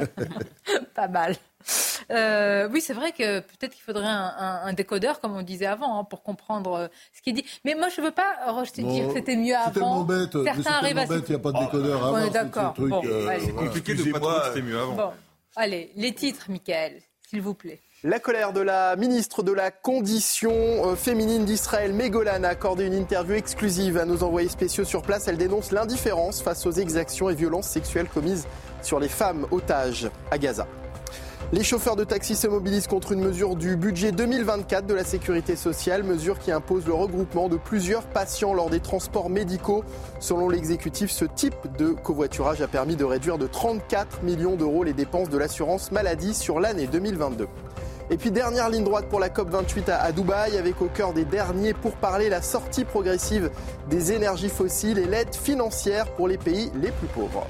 Pas mal. Oui, c'est vrai que peut-être qu'il faudrait un décodeur, comme on disait avant, pour comprendre ce qu'il dit. Mais moi, je ne veux pas dire que c'était mieux avant. C'est tellement bête. Certains arrivent à... Il n'y a pas de décodeur avant. On est d'accord. C'est compliqué de pas trouver que c'était mieux avant. Bon, allez, les titres, Mickaël, s'il vous plaît. La colère de la ministre de la Condition féminine d'Israël, Meir Golan, a accordé une interview exclusive à nos envoyés spéciaux sur place. Elle dénonce l'indifférence face aux exactions et violences sexuelles commises sur les femmes otages à Gaza. Les chauffeurs de taxi se mobilisent contre une mesure du budget 2024 de la sécurité sociale, mesure qui impose le regroupement de plusieurs patients lors des transports médicaux. Selon l'exécutif, ce type de covoiturage a permis de réduire de 34 millions d'euros les dépenses de l'assurance maladie sur l'année 2022. Et puis dernière ligne droite pour la COP28 à Dubaï, avec au cœur des derniers pourparlers la sortie progressive des énergies fossiles et l'aide financière pour les pays les plus pauvres.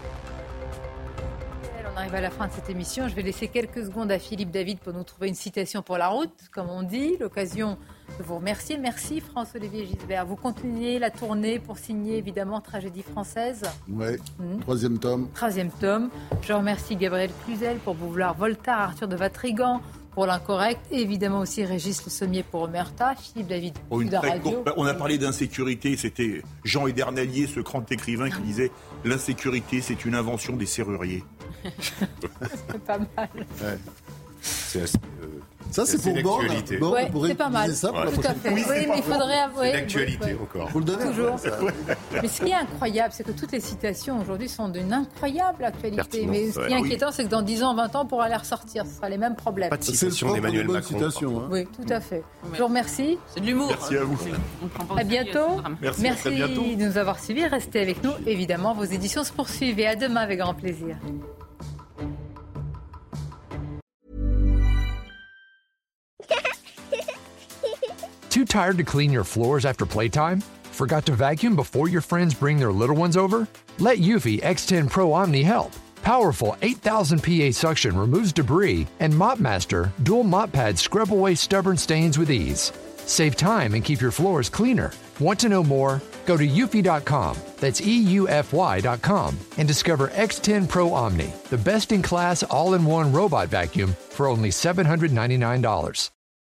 On arrive à la fin de cette émission. Je vais laisser quelques secondes à Philippe David pour nous trouver une citation pour la route, comme on dit. L'occasion de vous remercier. Merci François-Olivier Gisbert. Vous continuez la tournée pour signer évidemment Tragédie française. Oui, 3e tome. 3e tome. Je remercie Gabriel Cluzel pour Bouvard Voltaire, Arthur de Vatrigan pour L'Incorrect et évidemment aussi Régis Le Sommier pour Omerta. Philippe David, une très courte. On a parlé d'insécurité, c'était Jean Edernalier, ce grand écrivain qui disait « L'insécurité, c'est une invention des serruriers ». C'est pas mal. C'est assez Ça, c'est pour Borne. Ouais, c'est pas mal. Ça pour Tout à fait. Oui, mais il faudrait avouer. L'actualité encore. Faut le donner. Toujours. Mais ce qui est incroyable, c'est que toutes les citations aujourd'hui sont d'une incroyable actualité. Mais ce qui est inquiétant, c'est que dans 10 ans, 20 ans, on pourra les ressortir. Ce sera les mêmes problèmes. Pas de citation d'Emmanuel Macron. Oui, tout à fait. Je vous remercie. C'est de l'humour. Merci à vous. À bientôt. Merci, à bientôt. De nous avoir suivis. Restez avec nous. Évidemment, vos éditions se poursuivent. Et à demain avec grand plaisir. Too tired to clean your floors after playtime? Forgot to vacuum before your friends bring their little ones over? Let Eufy X10 Pro Omni help. Powerful 8,000 PA suction removes debris, and MopMaster dual mop pads scrub away stubborn stains with ease. Save time and keep your floors cleaner. Want to know more? Go to eufy.com, that's EUFY.com, and discover X10 Pro Omni, the best-in-class all-in-one robot vacuum for only $799.